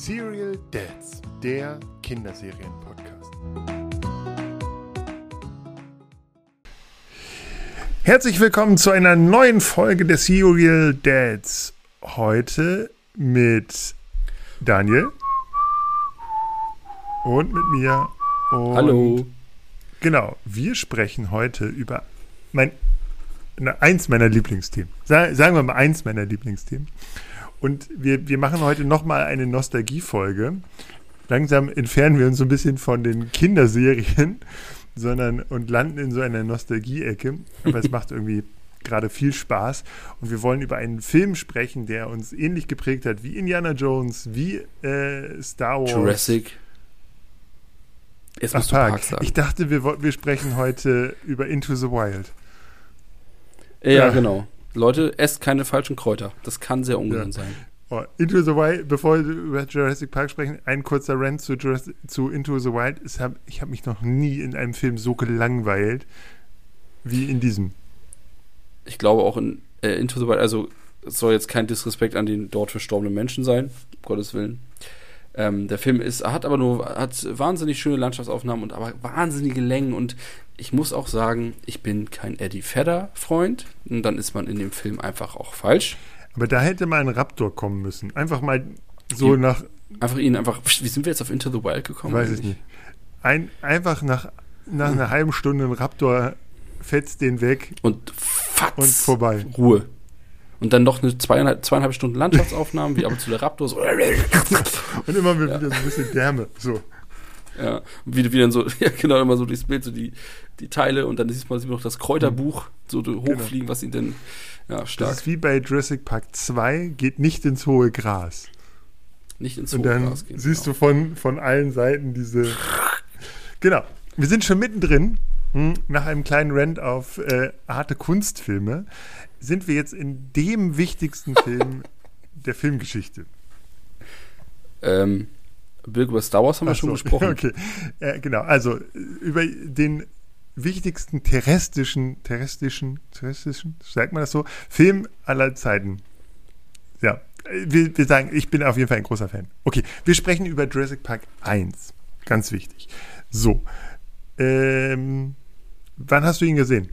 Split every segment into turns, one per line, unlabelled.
Serial Dads, der Kinderserien-Podcast. Herzlich willkommen zu einer neuen Folge der Serial Dads. Heute mit Daniel und mit mir. Und
hallo.
Genau, wir sprechen heute über eins meiner Lieblingsthemen. Sagen wir mal eins meiner Lieblingsthemen. Und wir machen heute nochmal eine Nostalgie-Folge. Langsam entfernen wir uns so ein bisschen von den Kinderserien, und landen in so einer Nostalgie-Ecke. Aber es macht irgendwie gerade viel Spaß. Und wir wollen über einen Film sprechen, der uns ähnlich geprägt hat wie Indiana Jones, wie Star Wars.
Jurassic. Jetzt musst du Park sagen.
Ich dachte, wir sprechen heute über Into the Wild.
Ja, genau. Leute, esst keine falschen Kräuter. Das kann sehr ungesund sein.
Oh, Into the Wild, bevor wir über Jurassic Park sprechen, ein kurzer Rant zu Into the Wild. Ich habe mich noch nie in einem Film so gelangweilt wie in diesem.
Ich glaube auch in Into the Wild, also es soll jetzt kein Disrespekt an den dort verstorbenen Menschen sein, um Gottes Willen. Der Film hat wahnsinnig schöne Landschaftsaufnahmen und aber wahnsinnige Längen, und ich muss auch sagen, ich bin kein Eddie Vedder-Freund, und dann ist man in dem Film einfach auch falsch.
Aber da hätte mal ein Raptor kommen müssen. Einfach mal so
wie sind wir jetzt auf Into the Wild gekommen?
Weiß ich nicht. Einfach nach einer halben Stunde ein Raptor fetzt den weg.
Und fatz.
Und vorbei.
Ruhe. Und dann noch eine zweieinhalb Stunden Landschaftsaufnahmen, wie ab und zu der Raptor so.
Und immer wieder so ein bisschen Därme. So.
Ja, und wie dann so, ja genau, immer so durchs Bild, so die Teile, und dann sieht man noch das Kräuterbuch so hochfliegen, genau. Was ihn denn, ja, stark.
Das ist wie bei Jurassic Park 2, geht nicht ins hohe Gras.
Nicht ins hohe Gras
gehen. Und dann siehst du von allen Seiten diese, genau. Wir sind schon mittendrin, nach einem kleinen Rant auf harte Kunstfilme, sind wir jetzt in dem wichtigsten Film der Filmgeschichte.
Über Star Wars haben wir schon gesprochen.
Okay, genau. Also über den wichtigsten terrestrischen, sagt man das so, Film aller Zeiten. Ja, wir sagen, ich bin auf jeden Fall ein großer Fan. Okay, wir sprechen über Jurassic Park 1. Ganz wichtig. So, wann hast du ihn gesehen?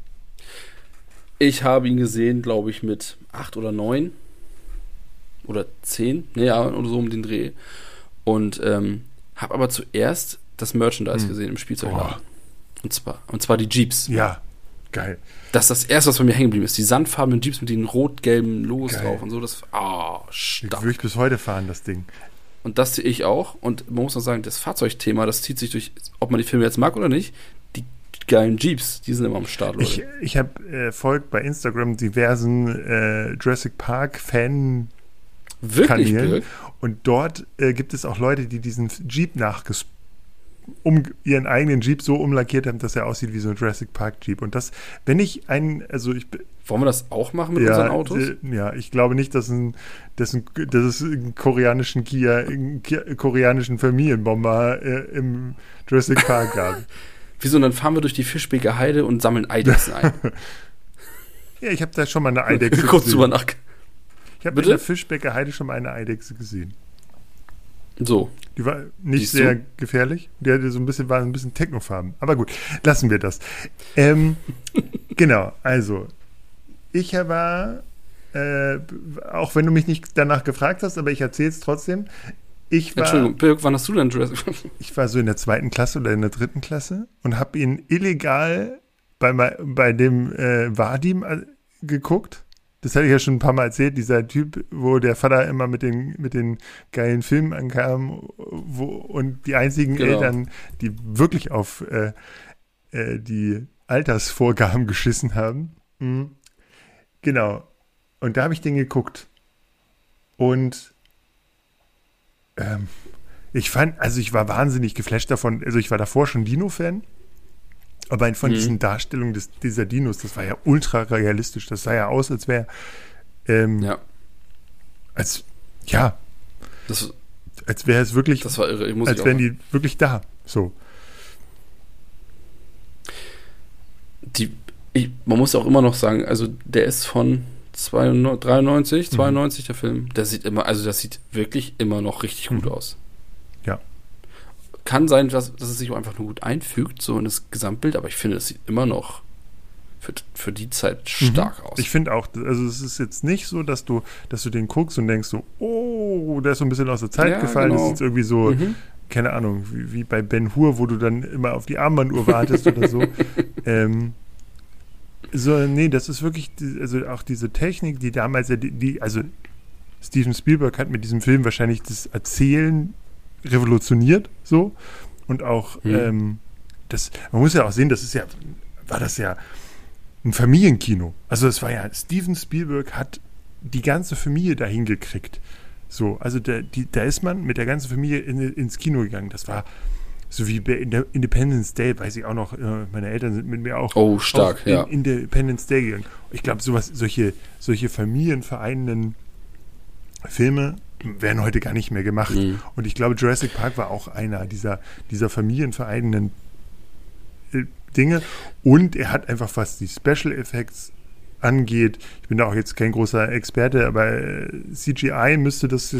Ich habe ihn gesehen, glaube ich, mit 8 oder 9 oder 10, oder so um den Dreh. Und habe aber zuerst das Merchandise gesehen im Spielzeugladen. Und zwar die Jeeps.
Ja, geil.
Das ist das Erste, was bei mir hängen geblieben ist. Die sandfarbenen Jeeps mit den rot-gelben Logos drauf und so. Das stark.
Würde ich bis heute fahren, das Ding.
Und das sehe ich auch. Und man muss noch sagen, das Fahrzeugthema, das zieht sich durch, ob man die Filme jetzt mag oder nicht, die geilen Jeeps, die sind immer am Start, Leute.
Ich habe folgt bei Instagram diversen Jurassic Park Fan Kanälen. Und dort gibt es auch Leute, die diesen Jeep ihren eigenen Jeep so umlackiert haben, dass er aussieht wie so ein Jurassic Park Jeep. Und das, wenn ich wollen
wir das auch machen mit unseren Autos?
Ja, ich glaube nicht, dass es einen koreanischen koreanischen Familienbomber im Jurassic Park gab.
Wieso? Und dann fahren wir durch die Fischbeker Heide und sammeln Eidechsen ein.
Ja, ich habe da schon mal eine Eidechse
kurz
gesehen.
drüber nach.
Ich habe in der Fischbecker Heide schon mal eine Eidechse gesehen.
So.
Die war nicht sehr gefährlich. Die war ein bisschen technofarben. Aber gut, lassen wir das. Genau, also ich war, auch wenn du mich nicht danach gefragt hast, aber ich erzähle es trotzdem.
Entschuldigung, Birk, wann hast du denn Jurassic?
Ich war so in der 2. Klasse oder in der 3. Klasse und habe ihn illegal bei dem Vadim geguckt. Das hatte ich ja schon ein paar Mal erzählt, dieser Typ, wo der Vater immer mit den geilen Filmen ankam, und die einzigen Eltern, die wirklich auf die Altersvorgaben geschissen haben. Mhm. Genau. Und da habe ich den geguckt. Und ich war wahnsinnig geflasht davon. Also ich war davor schon Dino-Fan. Aber von diesen Darstellungen dieser Dinos, das war ja ultra realistisch. Das sah ja aus, als wäre als wäre es wirklich,
das war irre.
als wären die wirklich da. So.
Man muss auch immer noch sagen, also der ist von 92 der Film. Das sieht wirklich immer noch richtig gut aus.
Ja.
Kann sein, dass es sich auch einfach nur gut einfügt, so in das Gesamtbild, aber ich finde, es sieht immer noch für die Zeit stark aus.
Ich finde auch, also es ist jetzt nicht so, dass du den guckst und denkst so, oh, der ist so ein bisschen aus der Zeit gefallen. Genau. Das ist jetzt irgendwie so, keine Ahnung, wie bei Ben Hur, wo du dann immer auf die Armbanduhr wartest oder so. Nee, das ist wirklich, also auch diese Technik, die damals, also Steven Spielberg hat mit diesem Film wahrscheinlich das Erzählen revolutioniert, so. Und auch, man muss ja auch sehen, war das ja ein Familienkino. Also es war ja, Steven Spielberg hat die ganze Familie dahin gekriegt. So, also da ist man mit der ganzen Familie ins Kino gegangen. Das war so wie bei Independence Day, weiß ich auch noch, meine Eltern sind mit mir auch, in Independence Day gegangen. Ich glaube, solche familienvereinenden Filme werden heute gar nicht mehr gemacht. Und ich glaube, Jurassic Park war auch einer dieser familienvereinenden Dinge. Und er hat einfach, was die Special Effects angeht, ich bin da auch jetzt kein großer Experte, aber CGI müsste das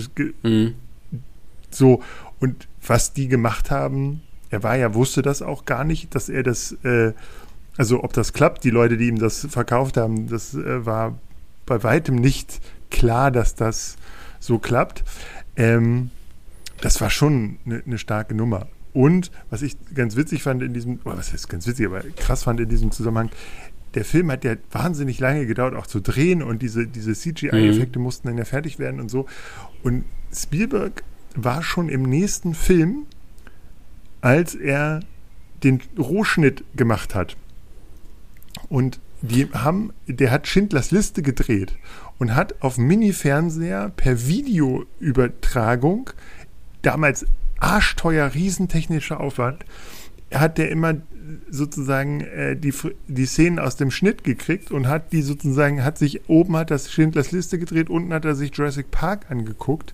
so, und was die gemacht haben, wusste das auch gar nicht, dass er das, also ob das klappt, die Leute, die ihm das verkauft haben, das war bei weitem nicht klar, dass das so klappt. Das war schon eine starke Nummer. Und was ich ganz witzig fand was heißt ganz witzig, aber krass fand in diesem Zusammenhang, der Film hat ja wahnsinnig lange gedauert, auch zu drehen, und diese CGI-Effekte mussten dann ja fertig werden und so. Und Spielberg war schon im nächsten Film, als er den Rohschnitt gemacht hat. Und der hat Schindlers Liste gedreht und hat auf Mini-Fernseher per Videoübertragung, damals arschteuer, riesentechnischer Aufwand, hat der immer sozusagen die Szenen aus dem Schnitt gekriegt und hat die sozusagen, oben hat das Schindlers Liste gedreht, unten hat er sich Jurassic Park angeguckt,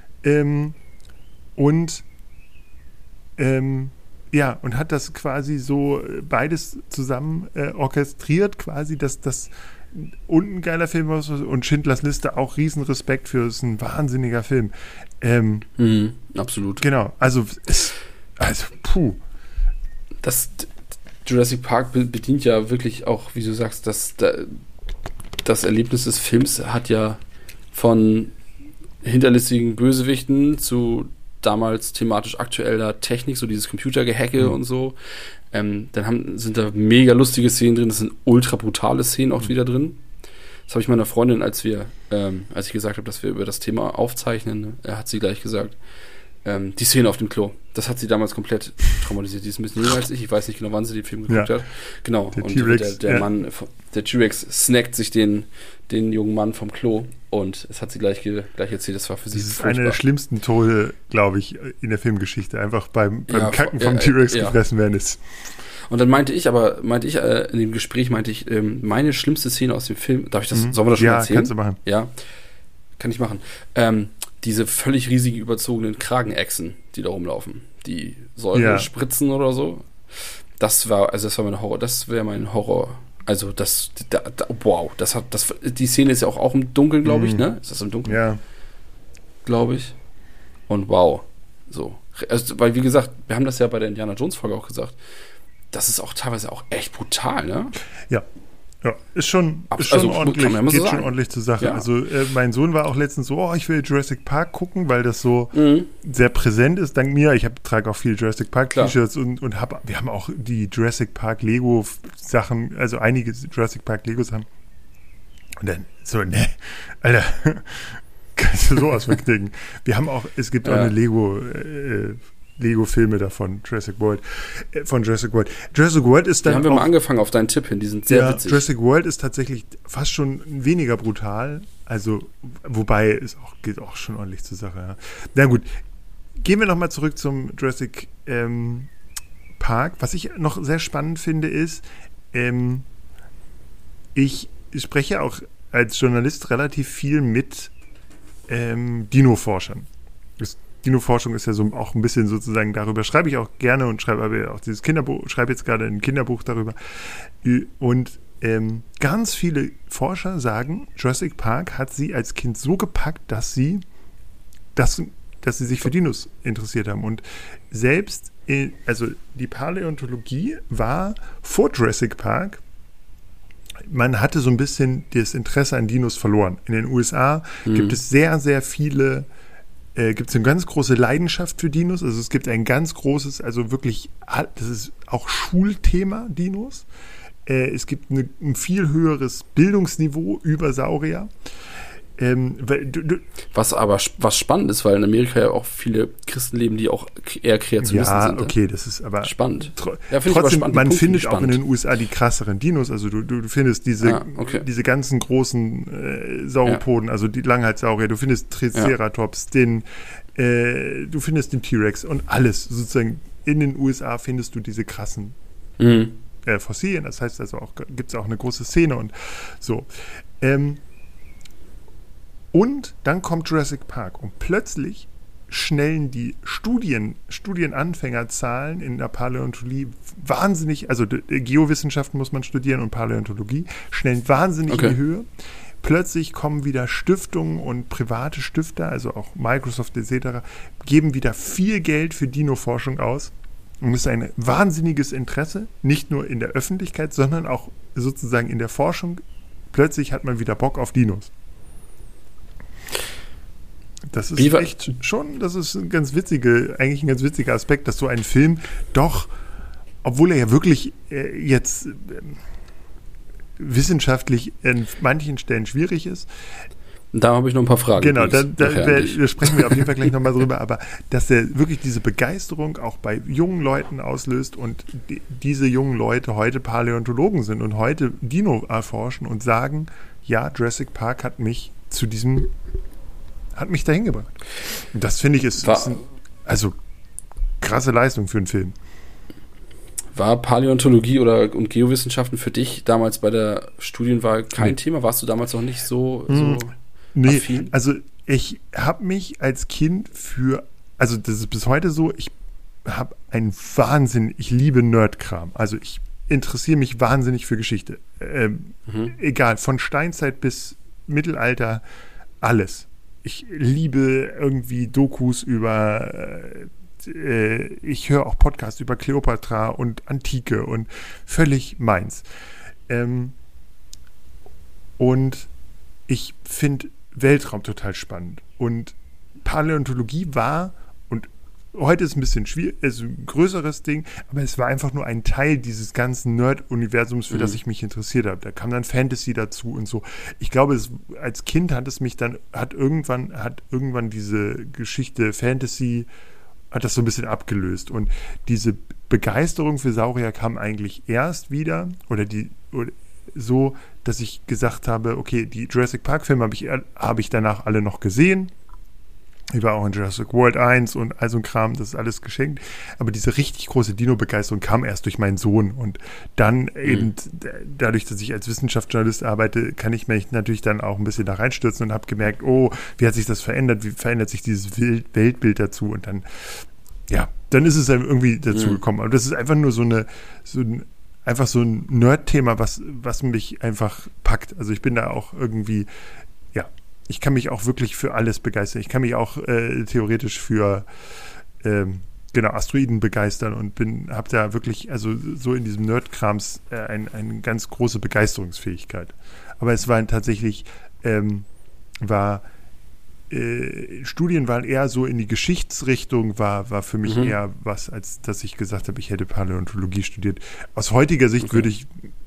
und hat das quasi so beides zusammen orchestriert, quasi, dass das unten ein geiler Film ist und Schindlers Liste auch riesen Respekt für, ist ein wahnsinniger Film.
Absolut.
Genau, also puh.
Das Jurassic Park bedient ja wirklich auch, wie du sagst, das Erlebnis des Films hat ja von hinterlistigen Bösewichten zu damals thematisch aktueller Technik, so dieses Computergehacke und so. Dann sind da mega lustige Szenen drin, das sind ultra brutale Szenen auch wieder drin. Das habe ich meiner Freundin, als ich gesagt habe, dass wir über das Thema aufzeichnen, hat sie gleich gesagt, die Szene auf dem Klo, das hat sie damals komplett traumatisiert. Die ist ein bisschen jünger als ich weiß nicht genau, wann sie den Film geguckt hat. Genau,
der T-Rex,
der Mann, der T-Rex snackt sich den jungen Mann vom Klo, und es hat sie gleich erzählt, das war für sie
das ist einer der schlimmsten Tode, glaube ich, in der Filmgeschichte, einfach beim Kacken vom T-Rex gefressen werden ist.
Und dann meinte ich in dem Gespräch, meine schlimmste Szene aus dem Film, sollen wir das schon erzählen? Ja,
kannst du machen.
Ja, kann ich machen. Diese völlig riesigen, überzogenen Kragenechsen, die da rumlaufen, die Säure spritzen oder so. Das wäre mein Horror. Also die Szene ist ja auch im Dunkeln, glaube ich, ne? Ist das im Dunkeln?
Ja.
Glaube ich. Und wow. So. Also, weil, wie gesagt, wir haben das ja bei der Indiana Jones Folge auch gesagt, das ist auch teilweise auch echt brutal, ne?
Ja. Ja, ist schon ordentlich, geht schon ordentlich zur Sache. Ja. Also mein Sohn war auch letztens so, ich will Jurassic Park gucken, weil das so sehr präsent ist, dank mir. Ich trage auch viele Jurassic Park T-Shirts und wir haben auch die Jurassic Park Lego Sachen, also einige Jurassic Park Lego Sachen. Und dann so, ne, Alter, kannst du sowas wegdenken. Es gibt auch eine Lego-Filme davon, Jurassic World. Jurassic World ist dann.
Die haben wir mal angefangen auf deinen Tipp hin, die sind sehr witzig.
Jurassic World ist tatsächlich fast schon weniger brutal, also, wobei es geht auch schon ordentlich zur Sache. Ja. Na gut, gehen wir nochmal zurück zum Jurassic Park. Was ich noch sehr spannend finde, ist, ich spreche auch als Journalist relativ viel mit Dino-Forschern. Dino-Forschung ist ja so auch ein bisschen sozusagen, darüber schreibe ich auch gerne und schreibe auch dieses Kinderbuch, schreibe jetzt gerade ein Kinderbuch darüber. Und ganz viele Forscher sagen, Jurassic Park hat sie als Kind so gepackt, dass sie sich für Dinos interessiert haben. Und selbst, also die Paläontologie war vor Jurassic Park, man hatte so ein bisschen das Interesse an Dinos verloren. In den USA gibt es sehr, sehr viele, gibt es eine ganz große Leidenschaft für Dinos. Also es gibt ein ganz großes, also wirklich, das ist auch Schulthema, Dinos. Es gibt ein viel höheres Bildungsniveau über Saurier.
Was spannend ist, weil in Amerika ja auch viele Christen leben, die auch eher Kreationisten sind.
Ja, okay, das ist aber
spannend.
Trotzdem, man findet auch in den USA die krasseren Dinos. Also du findest diese ganzen großen Sauropoden, also die Langhalssaurier, du findest Triceratops, du findest den T-Rex und alles sozusagen. In den USA findest du diese krassen Fossilien. Das heißt also auch, gibt es auch eine große Szene und so. Und dann kommt Jurassic Park und plötzlich schnellen die Studienanfängerzahlen in der Paläontologie wahnsinnig, also Geowissenschaften muss man studieren und Paläontologie, schnellen wahnsinnig in die Höhe. Plötzlich kommen wieder Stiftungen und private Stifter, also auch Microsoft etc., geben wieder viel Geld für Dino-Forschung aus. Und es ist ein wahnsinniges Interesse, nicht nur in der Öffentlichkeit, sondern auch sozusagen in der Forschung. Plötzlich hat man wieder Bock auf Dinos. Das ist echt schon, das ist eigentlich ein ganz witziger Aspekt, dass so ein Film doch, obwohl er ja wirklich jetzt wissenschaftlich in manchen Stellen schwierig ist.
Da habe ich noch ein paar Fragen.
Genau, da sprechen wir auf jeden Fall gleich nochmal drüber, aber dass er wirklich diese Begeisterung auch bei jungen Leuten auslöst und diese jungen Leute heute Paläontologen sind und heute Dino erforschen und sagen, ja, Jurassic Park hat mich dahin gebracht. Und das finde ich ist also krasse Leistung für einen Film.
War Paläontologie und Geowissenschaften für dich damals bei der Studienwahl kein Thema? Warst du damals noch nicht so affin?
Also ich habe mich als Kind also das ist bis heute so, ich liebe Nerdkram. Also ich interessiere mich wahnsinnig für Geschichte. Egal, von Steinzeit bis Mittelalter, alles. Ich liebe irgendwie Dokus ich höre auch Podcasts über Kleopatra und Antike und völlig meins. Und ich finde Weltraum total spannend. Und Paläontologie war, und heute ist ein bisschen schwierig, ist ein größeres Ding, aber es war einfach nur ein Teil dieses ganzen Nerd-Universums, für das ich mich interessiert habe. Da kam dann Fantasy dazu und so. Ich glaube, als Kind hat irgendwann diese Geschichte Fantasy hat das so ein bisschen abgelöst. Und diese Begeisterung für Saurier kam eigentlich erst wieder, oder so, dass ich gesagt habe, okay, die Jurassic Park-Filme habe ich danach alle noch gesehen. Ich war auch in Jurassic World 1 und all so ein Kram, das ist alles geschenkt. Aber diese richtig große Dino-Begeisterung kam erst durch meinen Sohn. Und dann eben dadurch, dass ich als Wissenschaftsjournalist arbeite, kann ich mich natürlich dann auch ein bisschen da reinstürzen und habe gemerkt, oh, wie hat sich das verändert? Wie verändert sich dieses Weltbild dazu? Und dann, dann ist es dann irgendwie dazu gekommen. Aber das ist einfach nur so ein Nerd-Thema, was mich einfach packt. Also ich bin da auch irgendwie, ich kann mich auch wirklich für alles begeistern. Ich kann mich auch theoretisch für Asteroiden begeistern und habe da wirklich, also so in diesem Nerd-Krams eine ganz große Begeisterungsfähigkeit. Aber es war tatsächlich, Studienwahl eher so in die Geschichtsrichtung war für mich eher was, als dass ich gesagt habe, ich hätte Paläontologie studiert. Aus heutiger Sicht würde ich,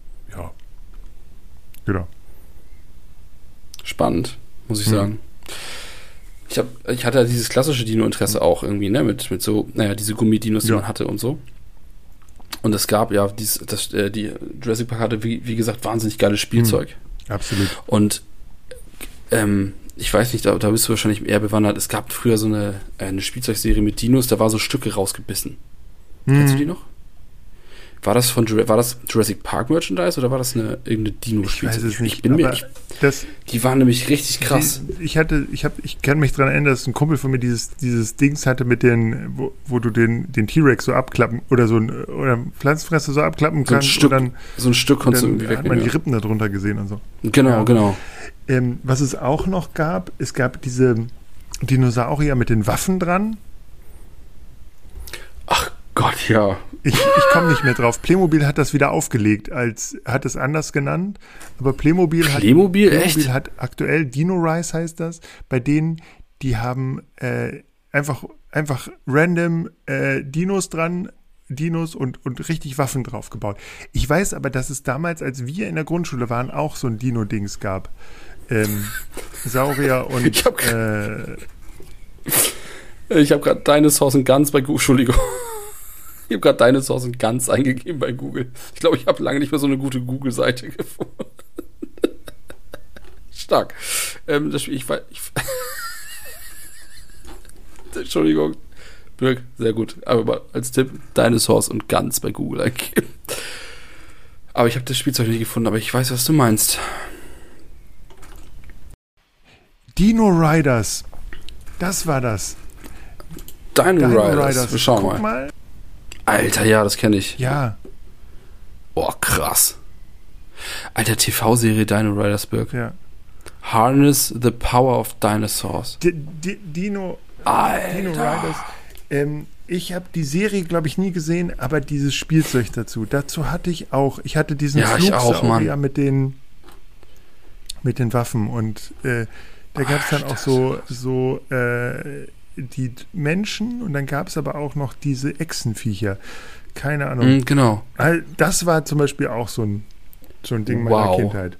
genau.
Spannend, muss ich sagen. Ich hatte ja dieses klassische Dino-Interesse auch irgendwie, ne, mit so, diese Gummidinos, die man hatte und so. Und es gab die Jurassic Park hatte, wie gesagt, wahnsinnig geiles Spielzeug.
Absolut.
Und ich weiß nicht, da bist du wahrscheinlich eher bewandert. Es gab früher so eine Spielzeugserie mit Dinos, da war so Stücke rausgebissen. Kennst du die noch? War das Jurassic Park Merchandise oder war das irgendeine Dino-Spiel?
Ich weiß es nicht.
Die waren nämlich richtig krass.
Ich kann mich daran erinnern, dass ein Kumpel von mir dieses Dings hatte mit wo du den T-Rex so abklappen oder Pflanzenfresser so abklappen kannst.
So ein Stück konntest du irgendwie
wegnehmen. Hat man die Rippen da drunter gesehen und so.
Genau.
Was es auch noch gab, es gab diese Dinosaurier mit den Waffen dran.
Ach Gott, ja.
Ich komme nicht mehr drauf. Playmobil hat das wieder aufgelegt, hat es anders genannt. Aber Playmobil hat aktuell, Dino Rise heißt das, bei denen, die haben einfach random Dinos dran, Dinos und richtig Waffen drauf gebaut. Ich weiß aber, dass es damals, als wir in der Grundschule waren, auch so ein Dino-Dings gab. Saurier und
ich habe gerade Dinosaurs und Guns bei Google, Entschuldigung. Ich habe gerade Dinosaurs und Guns eingegeben bei Google. Ich glaube, ich habe lange nicht mehr so eine gute Google-Seite gefunden. Stark. Das Spiel, Entschuldigung. Birk, sehr gut. Aber als Tipp, Dinosaurs und Guns bei Google eingeben. Aber ich habe das Spielzeug nicht gefunden, aber ich weiß, was du meinst.
Dino Riders. Das war das.
Dino Riders. Wir schauen mal. Alter, ja, das kenne ich.
Ja.
Boah, krass. Alter, TV-Serie Dino Riders, Birk.
Ja.
Harness the Power of Dinosaurs.
Dino Riders. Ich habe die Serie, glaube ich, nie gesehen, aber dieses Spielzeug dazu. Dazu hatte ich diesen Flugsaurier mit den Waffen und da gab es dann auch so die Menschen und dann gab es aber auch noch diese Echsenviecher. Keine Ahnung.
Genau.
Das war zum Beispiel auch so ein Ding meiner Kindheit.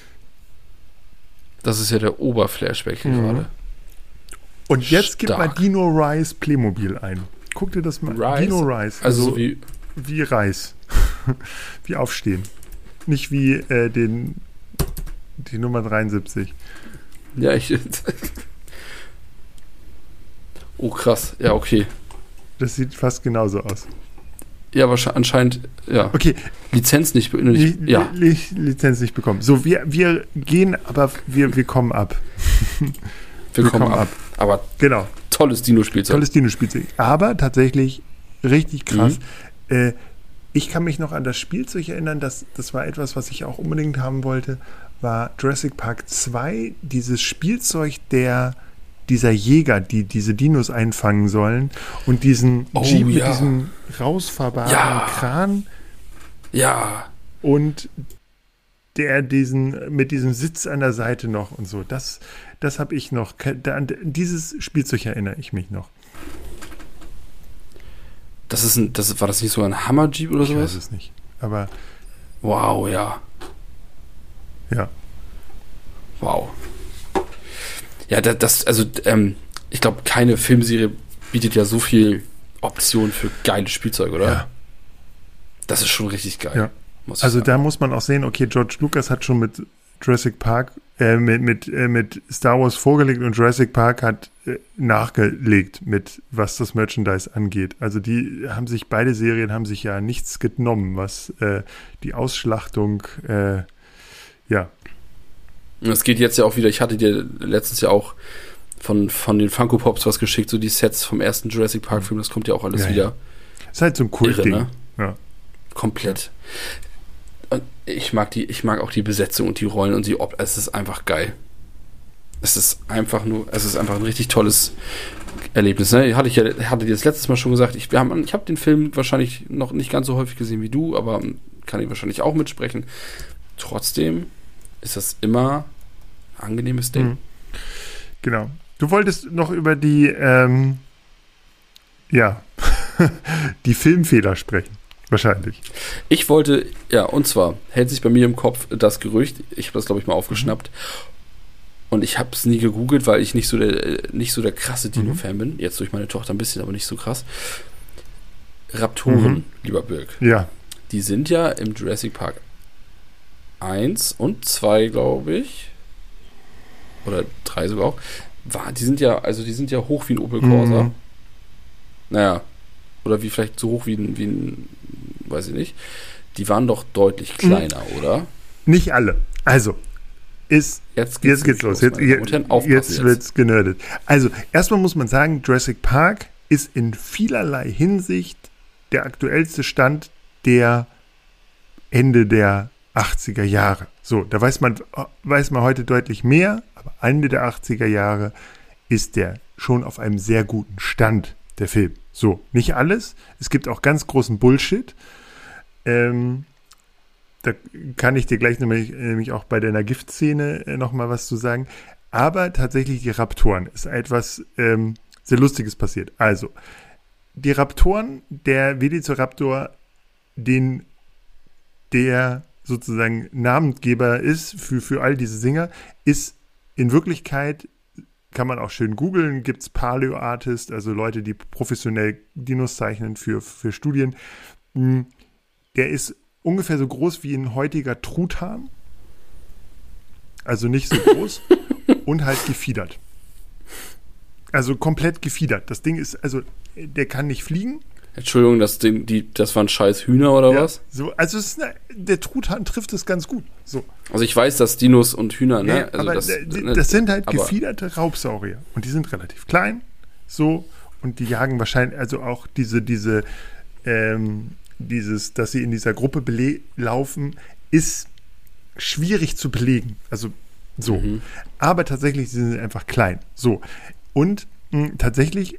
Das ist ja der Oberflashback hier gerade.
Und jetzt gib mal Dino Rise Playmobil ein. Guck dir das mal an. Dino Rise.
Also so
wie Reis. Wie aufstehen. Nicht wie die Nummer 73.
Ja, oh, krass. Ja, okay.
Das sieht fast genauso aus.
Ja, wahrscheinlich, anscheinend, ja.
Okay.
Lizenz nicht
Lizenz nicht bekommen. So, wir gehen, aber wir kommen ab.
Wir kommen ab. Aber
genau.
Tolles Dino-Spielzeug.
Aber tatsächlich richtig krass. Ich kann mich noch an das Spielzeug erinnern, das war etwas, was ich auch unbedingt haben wollte, war Jurassic Park 2, dieses Spielzeug dieser Jäger, die diese Dinos einfangen sollen und diesen Jeep mit diesem rausfahrbaren Kran.
Ja.
Und mit diesem Sitz an der Seite noch und so. Das habe ich noch. An dieses Spielzeug erinnere ich mich noch.
War das nicht so ein Hammer-Jeep oder sowas?
Ich weiß es nicht. Aber.
Wow, ja.
Ja.
Wow. Ja, ich glaube, keine Filmserie bietet ja so viel Optionen für geiles Spielzeug, oder? Ja. Das ist schon richtig geil.
Ja. Also da muss man auch sehen, okay, George Lucas hat schon mit Jurassic Park, mit Star Wars vorgelegt und Jurassic Park hat nachgelegt mit, was das Merchandise angeht. Also beide Serien haben sich ja nichts genommen, was die Ausschlachtung, ja.
Es geht jetzt ja auch wieder, ich hatte dir letztens ja auch von den Funko Pops was geschickt, so die Sets vom ersten Jurassic Park Film, das kommt ja auch alles wieder. Ja.
Ist halt so ein Kultding.
Ne?
Ja.
Komplett. Und ich mag auch die Besetzung und die Rollen und es ist einfach geil. Es ist einfach ein richtig tolles Erlebnis. Ne? Hatte dir das letztes Mal schon gesagt, ich habe den Film wahrscheinlich noch nicht ganz so häufig gesehen wie du, aber kann ich wahrscheinlich auch mitsprechen. Trotzdem ist das immer ein angenehmes Ding. Mhm.
Genau. Du wolltest noch über die die Filmfehler sprechen. Wahrscheinlich.
Ich wollte, und zwar hält sich bei mir im Kopf das Gerücht, ich habe das, glaube ich, mal aufgeschnappt, und ich habe es nie gegoogelt, weil ich nicht so der krasse Dino-Fan bin. Jetzt durch meine Tochter ein bisschen, aber nicht so krass. Raptoren, lieber Birk.
Ja.
Die sind ja im Jurassic Park 1 und 2, glaube ich, oder 3 sogar auch, die sind ja hoch wie ein Opel Corsa. Naja, oder vielleicht so hoch wie ein weiß ich nicht, die waren doch deutlich kleiner, oder?
Nicht alle. Also, jetzt geht's los. Jetzt wird's genördet. Also, erstmal muss man sagen, Jurassic Park ist in vielerlei Hinsicht der aktuellste Stand der Ende der 80er Jahre. So, da weiß man heute deutlich mehr, aber Ende der 80er Jahre ist der schon auf einem sehr guten Stand, der Film. So, nicht alles. Es gibt auch ganz großen Bullshit. Da kann ich dir gleich nämlich auch bei deiner Giftszene nochmal was zu sagen. Aber tatsächlich die Raptoren ist etwas sehr Lustiges passiert. Also, die Raptoren, der Velociraptor, der sozusagen Namensgeber ist für all diese Singer, ist in Wirklichkeit, kann man auch schön googeln, gibt es Paleo-Artists, also Leute, die professionell Dinos zeichnen für Studien. Der ist ungefähr so groß wie ein heutiger Truthahn. Also nicht so groß und halt gefiedert. Also komplett gefiedert. Das Ding ist, also der kann nicht fliegen.
Entschuldigung, das waren scheiß Hühner oder was?
So, also der Truthahn trifft es ganz gut. So.
Also ich weiß, dass Dinos und Hühner, ne?
Ja,
Also
aber das sind halt gefiederte Raubsaurier. Und die sind relativ klein. So. Und die jagen wahrscheinlich, also auch dass sie in dieser Gruppe laufen, ist schwierig zu belegen. Also so. Aber tatsächlich sie sind einfach klein. So. Und tatsächlich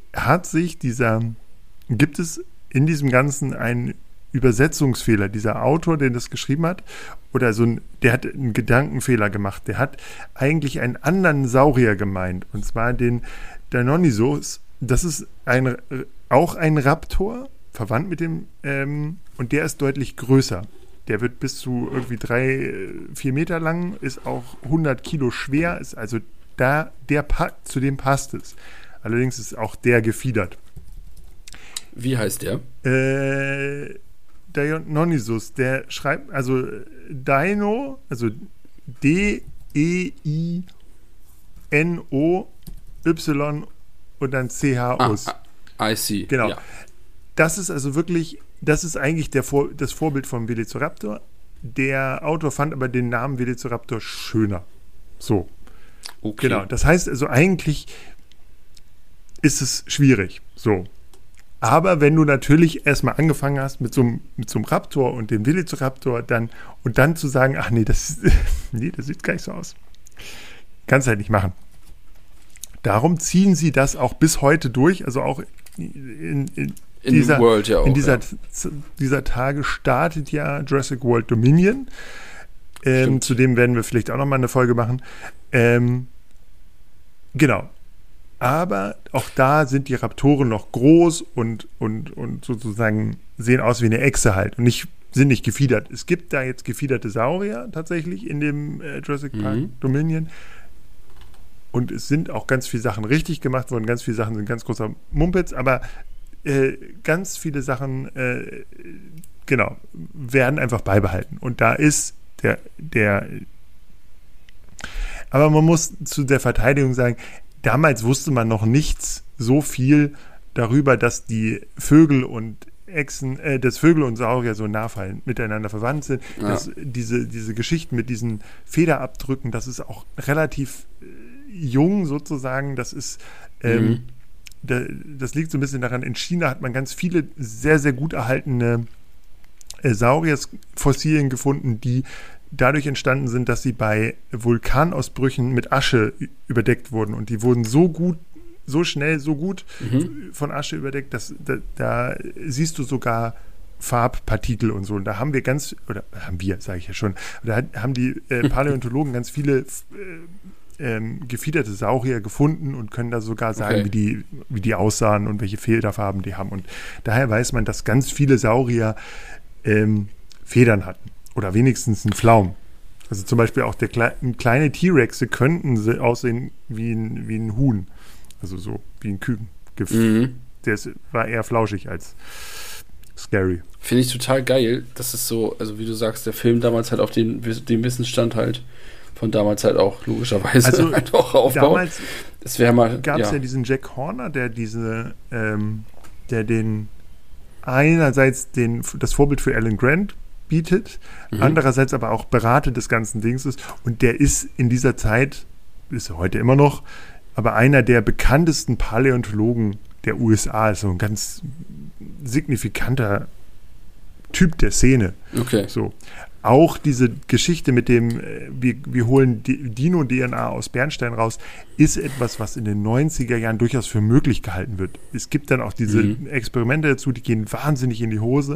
gibt es in diesem Ganzen einen Übersetzungsfehler. Dieser Autor, der das geschrieben hat, der hat einen Gedankenfehler gemacht. Der hat eigentlich einen anderen Saurier gemeint. Und zwar den Deinonychus. Das ist auch ein Raptor, verwandt mit dem, und der ist deutlich größer. Der wird bis zu irgendwie 3-4 Meter lang, ist auch 100 Kilo schwer, ist also zu dem passt es. Allerdings ist auch der gefiedert.
Wie heißt der?
Deinonychus, der schreibt, also Dino, also D-E-I-N-O-Y und dann C-H-U-S.
I see.
Genau.
Ja.
Das ist also wirklich, das ist eigentlich das Vorbild vom Velociraptor. Der Autor fand aber den Namen Velociraptor schöner. So.
Okay.
Genau. Das heißt also eigentlich ist es schwierig. So. Aber wenn du natürlich erstmal angefangen hast mit so einem Raptor und dem Velociraptor dann zu sagen, ach nee, das sieht gar nicht so aus. Kannst du halt nicht machen. Darum ziehen sie das auch bis heute durch, also auch in dieser World ja auch, in dieser Tage startet ja Jurassic World Dominion. Zu dem werden wir vielleicht auch nochmal eine Folge machen. Genau. Aber auch da sind die Raptoren noch groß und sozusagen sehen aus wie eine Echse halt und sind nicht gefiedert. Es gibt da jetzt gefiederte Saurier tatsächlich in dem Jurassic Park Dominion. Und es sind auch ganz viele Sachen richtig gemacht worden. Ganz viele Sachen sind ganz großer Mumpitz, aber ganz viele Sachen, werden einfach beibehalten. Und da ist aber man muss zu der Verteidigung sagen, damals wusste man noch nichts so viel darüber, dass die Vögel und Vögel und Saurier so miteinander verwandt sind. Ja. Dass diese Geschichten mit diesen Federabdrücken, das ist auch relativ jung sozusagen. Das ist das liegt so ein bisschen daran, in China hat man ganz viele sehr, sehr gut erhaltene Saurier-Fossilien gefunden, die dadurch entstanden sind, dass sie bei Vulkanausbrüchen mit Asche überdeckt wurden. Und die wurden so schnell von Asche überdeckt, dass da siehst du sogar Farbpartikel und so. Und da haben die Paläontologen ganz viele gefiederte Saurier gefunden und können da sogar sagen, wie die aussahen und welche Federfarben die haben. Und daher weiß man, dass ganz viele Saurier Federn hatten. Oder wenigstens einen Flaum. Also zum Beispiel auch kleine T-Rexe könnten aussehen wie ein Huhn. Also so wie ein Küken. Der war eher flauschig als scary.
Finde ich total geil. Das ist so, also wie du sagst, der Film damals halt auf den Wissensstand halt von damals halt auch logischerweise halt auch aufbaut.
Damals gab es ja diesen Jack Horner, der den einerseits das Vorbild für Alan Grant bietet, andererseits aber auch Berater des ganzen Dings ist. Und der ist in dieser Zeit, ist er heute immer noch, aber einer der bekanntesten Paläontologen der USA, ist so ein ganz signifikanter Typ der Szene.
Okay.
So. Auch diese Geschichte mit dem, wir holen Dino-DNA aus Bernstein raus, ist etwas, was in den 90er Jahren durchaus für möglich gehalten wird. Es gibt dann auch diese Experimente dazu, die gehen wahnsinnig in die Hose.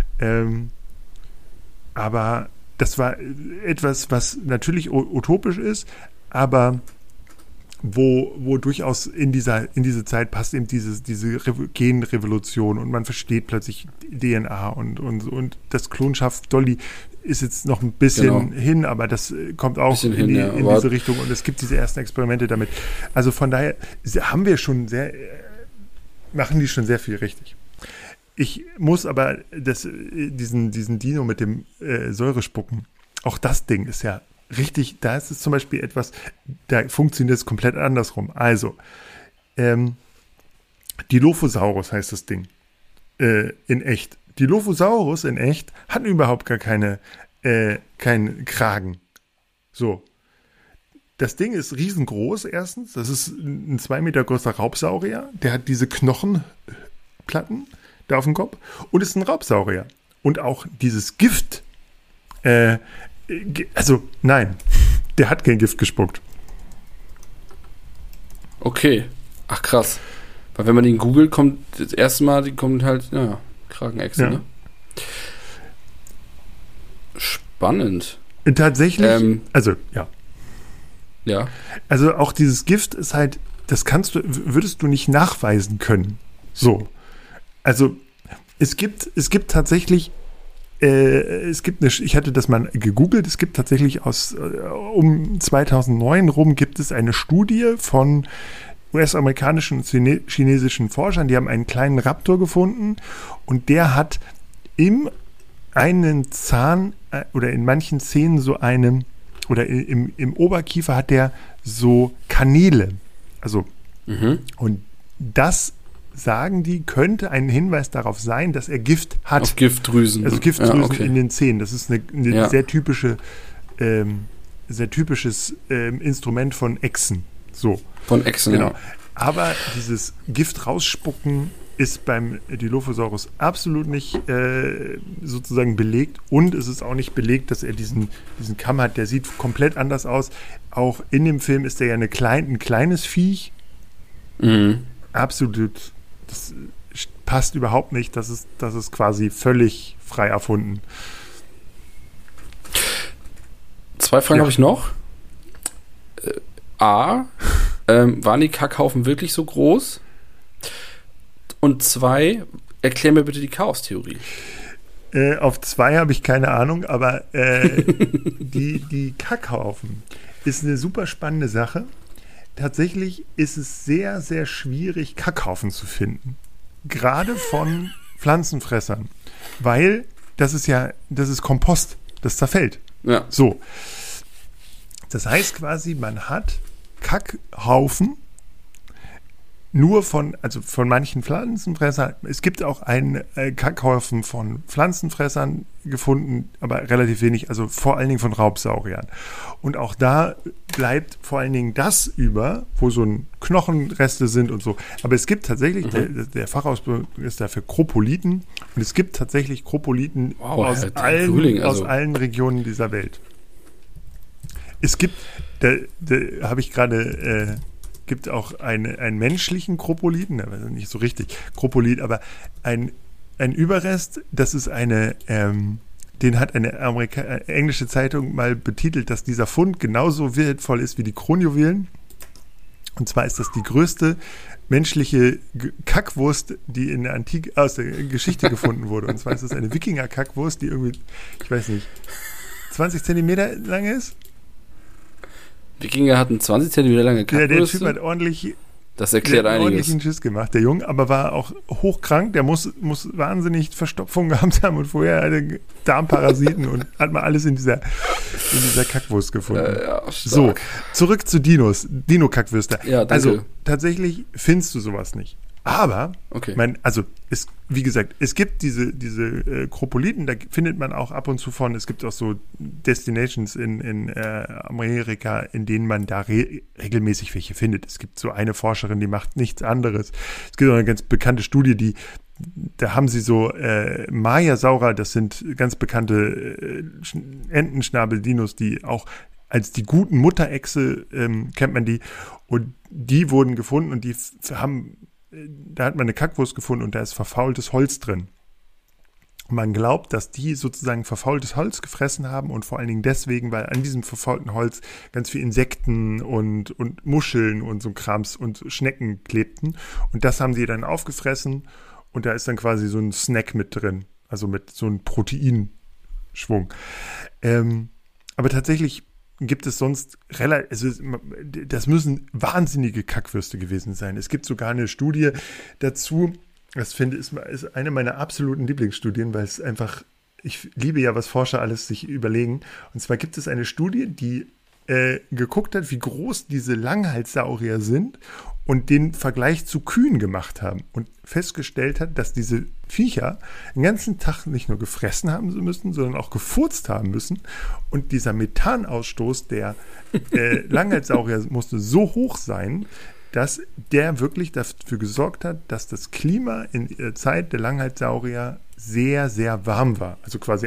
Aber das war etwas, was natürlich utopisch ist, aber wo durchaus in diese Zeit passt eben diese Genrevolution und man versteht plötzlich DNA und das Klonschaft Dolly ist jetzt noch ein bisschen hin, aber das kommt auch in diese Richtung und es gibt diese ersten Experimente damit. Also von daher machen die schon sehr viel richtig. Ich muss aber diesen Dino mit dem Säurespucken, auch das Ding ist ja richtig, da ist es zum Beispiel etwas, da funktioniert es komplett andersrum. Also, Dilophosaurus heißt das Ding in echt. Dilophosaurus in echt hat überhaupt gar keinen Kragen. So. Das Ding ist riesengroß, erstens. Das ist ein 2 Meter großer Raubsaurier. Der hat diese Knochenplatten da auf dem Kopf und ist ein Raubsaurier. Und auch dieses Gift, nein, der hat kein Gift gespuckt.
Okay. Ach, krass. Weil wenn man ihn googelt, kommt das erste Mal, Kragenechse, ne? Spannend.
Tatsächlich,
Ja.
Also auch dieses Gift ist halt, würdest du nicht nachweisen können. So. Also es gibt tatsächlich, ich hatte das mal gegoogelt, es gibt tatsächlich um 2009 rum gibt es eine Studie von US-amerikanischen und chinesischen Forschern, die haben einen kleinen Raptor gefunden und der hat einen Zahn oder in manchen Zähnen im Oberkiefer hat der so Kanäle. Also, und das sagen die, könnte ein Hinweis darauf sein, dass er Gift hat.
Auf Giftdrüsen.
Also Giftdrüsen in den Zähnen. Das ist eine sehr typisches Instrument von Echsen. So.
Von Echsen,
genau. Ja. Aber dieses Gift rausspucken ist beim Dilophosaurus absolut nicht sozusagen belegt und es ist auch nicht belegt, dass er diesen Kamm hat. Der sieht komplett anders aus. Auch in dem Film ist er ja ein kleines Viech. Absolut. Das passt überhaupt nicht. Das ist quasi völlig frei erfunden.
2 Fragen habe ich noch. Waren die Kackhaufen wirklich so groß? Und 2, erklär mir bitte die Chaos-Theorie.
Auf 2 habe ich keine Ahnung, aber die Kackhaufen ist eine super spannende Sache. Tatsächlich ist es sehr, sehr schwierig, Kackhaufen zu finden. Gerade von Pflanzenfressern. Weil das ist Kompost, das zerfällt.
Ja.
So. Das heißt quasi, man hat Kackhaufen nur von manchen Pflanzenfressern. Es gibt auch einen Kackhaufen von Pflanzenfressern gefunden, aber relativ wenig, also vor allen Dingen von Raubsauriern. Und auch da bleibt vor allen Dingen das über, wo so Knochenreste sind und so. Aber es gibt tatsächlich, der Fachausdruck ist dafür Kropoliten, und es gibt tatsächlich Kropoliten aus allen Regionen dieser Welt. Es gibt, gibt auch einen menschlichen Kropoliten, aber nicht so richtig Kropolit, aber ein Überrest, das ist den hat eine englische Zeitung mal betitelt, dass dieser Fund genauso wertvoll ist wie die Kronjuwelen. Und zwar ist das die größte menschliche Kackwurst, die in der Antike aus der Geschichte gefunden wurde. Und zwar ist das eine Wikinger-Kackwurst, die irgendwie, ich weiß nicht, 20 Zentimeter lang ist.
Wikinger hatten 20 Zentimeter lange Kackwürste.
Ja, der Typ hat ordentlich
Das erklärt einiges.
Ordentlichen Schiss gemacht, der Junge, aber war auch hochkrank. Der muss wahnsinnig Verstopfung gehabt haben und vorher hatte Darmparasiten und hat mal alles in dieser Kackwurst gefunden.
Ja,
so, zurück zu Dinos, Dino-Kackwürste.
Ja, danke.
Also tatsächlich findest du sowas nicht. Aber,
Okay.
wie gesagt, es gibt diese Kropoliten, da findet man auch ab und zu von, es gibt auch so Destinations in Amerika, in denen man da regelmäßig welche findet. Es gibt so eine Forscherin, die macht nichts anderes. Es gibt auch eine ganz bekannte Studie, da haben sie so Maya-Saurer, das sind ganz bekannte Entenschnabel-Dinos, die auch als die guten Mutterechse kennt man die. Und die wurden gefunden und da hat man eine Kackwurst gefunden und da ist verfaultes Holz drin. Und man glaubt, dass die sozusagen verfaultes Holz gefressen haben und vor allen Dingen deswegen, weil an diesem verfaulten Holz ganz viel Insekten und Muscheln und so Krams und Schnecken klebten. Und das haben sie dann aufgefressen und da ist dann quasi so ein Snack mit drin, also mit so einem Proteinschwung. Aber tatsächlich gibt es sonst das müssen wahnsinnige Kackwürste gewesen sein. Es gibt sogar eine Studie dazu, das finde ich ist eine meiner absoluten Lieblingsstudien, weil es einfach, ich liebe ja, was Forscher alles sich überlegen. Und zwar gibt es eine Studie, die geguckt hat, wie groß diese Langhalssaurier sind und den Vergleich zu Kühen gemacht haben und festgestellt hat, dass diese Viecher den ganzen Tag nicht nur gefressen haben müssen, sondern auch gefurzt haben müssen. Und dieser Methanausstoß der Langhalssaurier musste so hoch sein, dass der wirklich dafür gesorgt hat, dass das Klima in der Zeit der Langhalssaurier sehr, sehr warm war. Also quasi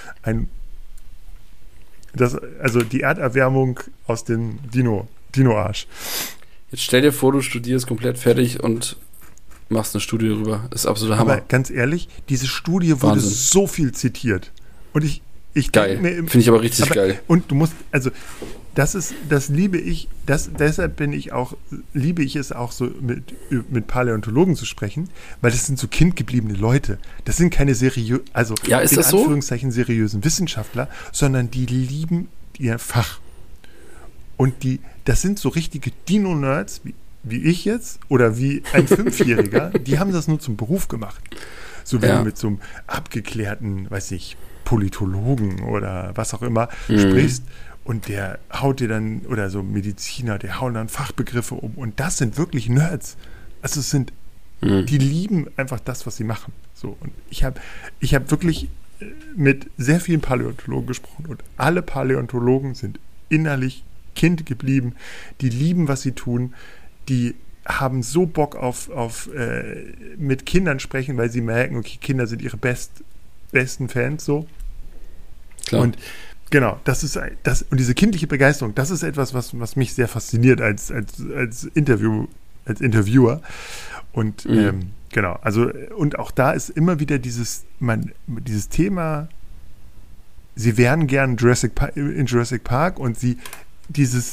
also die Erderwärmung aus dem Dino-Arsch.
Jetzt stell dir vor, du studierst komplett fertig und machst eine Studie darüber. Das ist absoluter Hammer.
Aber ganz ehrlich, diese Studie wurde so viel zitiert. Und ich
geil. Finde ich aber richtig geil.
Und du musst, also das liebe ich, deshalb liebe ich es auch so mit Paläontologen zu sprechen, weil das sind so kindgebliebene Leute. Das sind keine ist
in
Anführungszeichen seriösen Wissenschaftler, sondern die lieben ihr Fach. Und das sind so richtige Dino-Nerds, wie ich jetzt, oder wie ein Fünfjähriger, die haben das nur zum Beruf gemacht. So wie du mit so einem abgeklärten, weiß ich, Politologen oder was auch immer sprichst und der haut dir dann, oder so Mediziner, der hauen dann Fachbegriffe um und das sind wirklich Nerds. Also die lieben einfach das, was sie machen. So, und ich hab wirklich mit sehr vielen Paläontologen gesprochen und alle Paläontologen sind innerlich Kind geblieben, die lieben, was sie tun, die haben so Bock auf mit Kindern sprechen, weil sie merken, okay, Kinder sind ihre besten Fans, so.
Klar.
Und genau, und diese kindliche Begeisterung, das ist etwas, was mich sehr fasziniert als Interviewer. Und genau, also, und auch da ist immer wieder dieses Thema, sie wären gern in Jurassic Park und dieses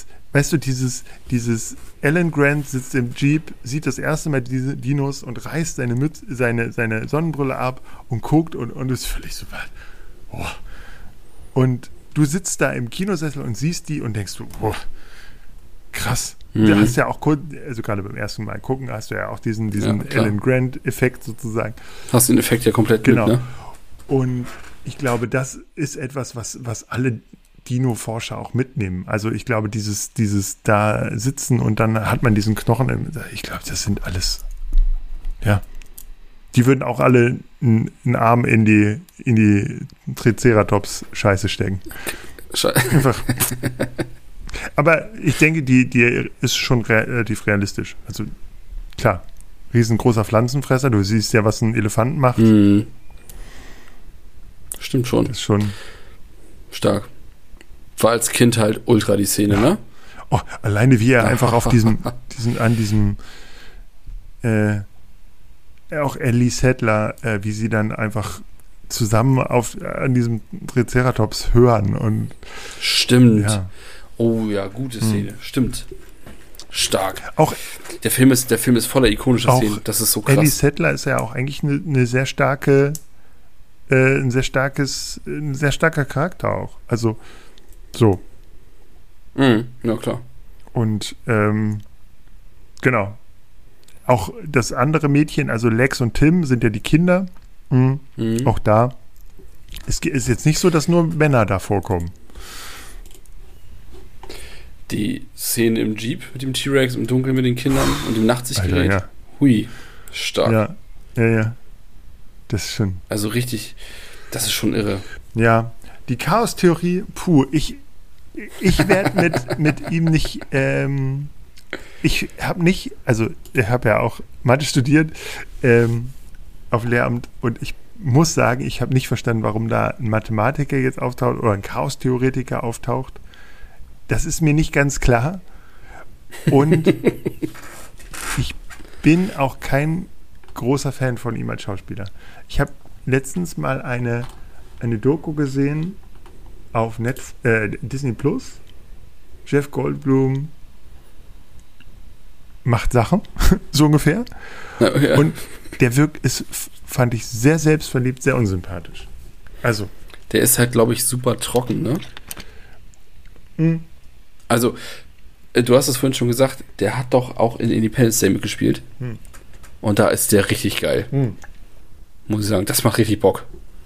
Alan Grant sitzt im Jeep, sieht das erste Mal diese Dinos und reißt seine Sonnenbrille ab und guckt und ist völlig so weit. Oh. Und du sitzt da im Kinosessel und siehst die und denkst du, oh, krass. Du hast ja auch kurz, also gerade beim ersten Mal gucken, hast du ja auch diesen Alan Grant-Effekt sozusagen.
Hast den Effekt ja komplett
genau.
Mit, ne?
Und ich glaube, das ist etwas, was alle Dino-Forscher auch mitnehmen. Also ich glaube, dieses da sitzen und dann hat man diesen Knochen, ich glaube, das sind alles, ja, die würden auch alle einen Arm in die Triceratops-Scheiße stecken. Einfach. Aber ich denke, die ist schon relativ realistisch. Also klar, riesengroßer Pflanzenfresser, du siehst ja, was ein Elefant macht.
Stimmt schon.
Das ist schon
stark. War als Kind halt ultra die Szene, ne?
Oh, alleine wie er einfach auf auch Ellie Sattler, wie sie dann einfach zusammen an diesem Triceratops hören und
stimmt.
Ja.
Oh ja, gute Szene. Stimmt. Stark.
Auch
der Film ist voller ikonischer Szenen. Das ist so krass.
Ellie Sattler ist ja auch eigentlich ein sehr starker Charakter auch. Also so.
Ja, klar.
Und genau. Auch das andere Mädchen, also Lex und Tim, sind ja die Kinder. Auch da. Es ist jetzt nicht so, dass nur Männer da vorkommen.
Die Szene im Jeep mit dem T-Rex im Dunkeln mit den Kindern und dem Nachtsichtgerät.
Ja.
Hui. Stark.
Ja. Das ist schon.
Also richtig, das ist schon irre.
Ja, die Chaos-Theorie, ich werde mit ihm nicht, ich habe ja auch Mathe studiert auf Lehramt und ich muss sagen, ich habe nicht verstanden, warum da ein Mathematiker jetzt auftaucht oder ein Chaos-Theoretiker auftaucht. Das ist mir nicht ganz klar. Und ich bin auch kein großer Fan von ihm als Schauspieler. Ich habe letztens mal eine Doku gesehen auf Disney Plus. Jeff Goldblum macht Sachen, so ungefähr.
Ja.
Und der fand ich sehr selbstverliebt, sehr unsympathisch. Also.
Der ist halt, glaube ich, super trocken, ne?
Mhm.
Also, du hast es vorhin schon gesagt, der hat doch auch in Independence Day mitgespielt.
Mhm.
Und da ist der richtig geil. Muss ich sagen, das macht richtig Bock.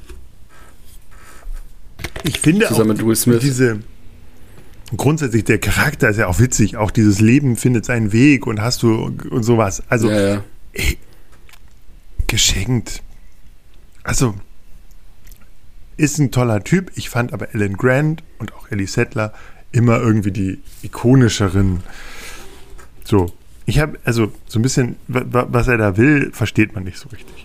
Ich finde
zusammen
auch
mit Will Smith.
Grundsätzlich der Charakter ist ja auch witzig. Auch dieses Leben findet seinen Weg und sowas. Also,
ja.
Geschenkt. Also, ist ein toller Typ. Ich fand aber Alan Grant und auch Ellie Sattler immer irgendwie die ikonischeren. So. Ich habe, also so ein bisschen, was er da will, versteht man nicht so richtig.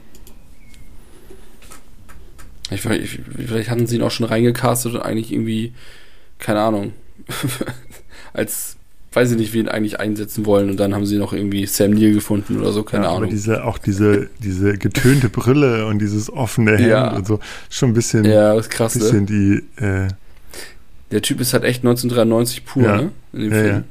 Vielleicht hatten sie ihn auch schon reingecastet und eigentlich irgendwie, keine Ahnung, als, weiß ich nicht, wen eigentlich einsetzen wollen und dann haben sie noch irgendwie Sam Neill gefunden oder so, keine Ahnung.
Aber diese getönte Brille und dieses offene Hemd und so, schon ein bisschen,
das ist krass,
bisschen
ne? Der Typ ist halt echt 1993 pur, ne? In dem Film.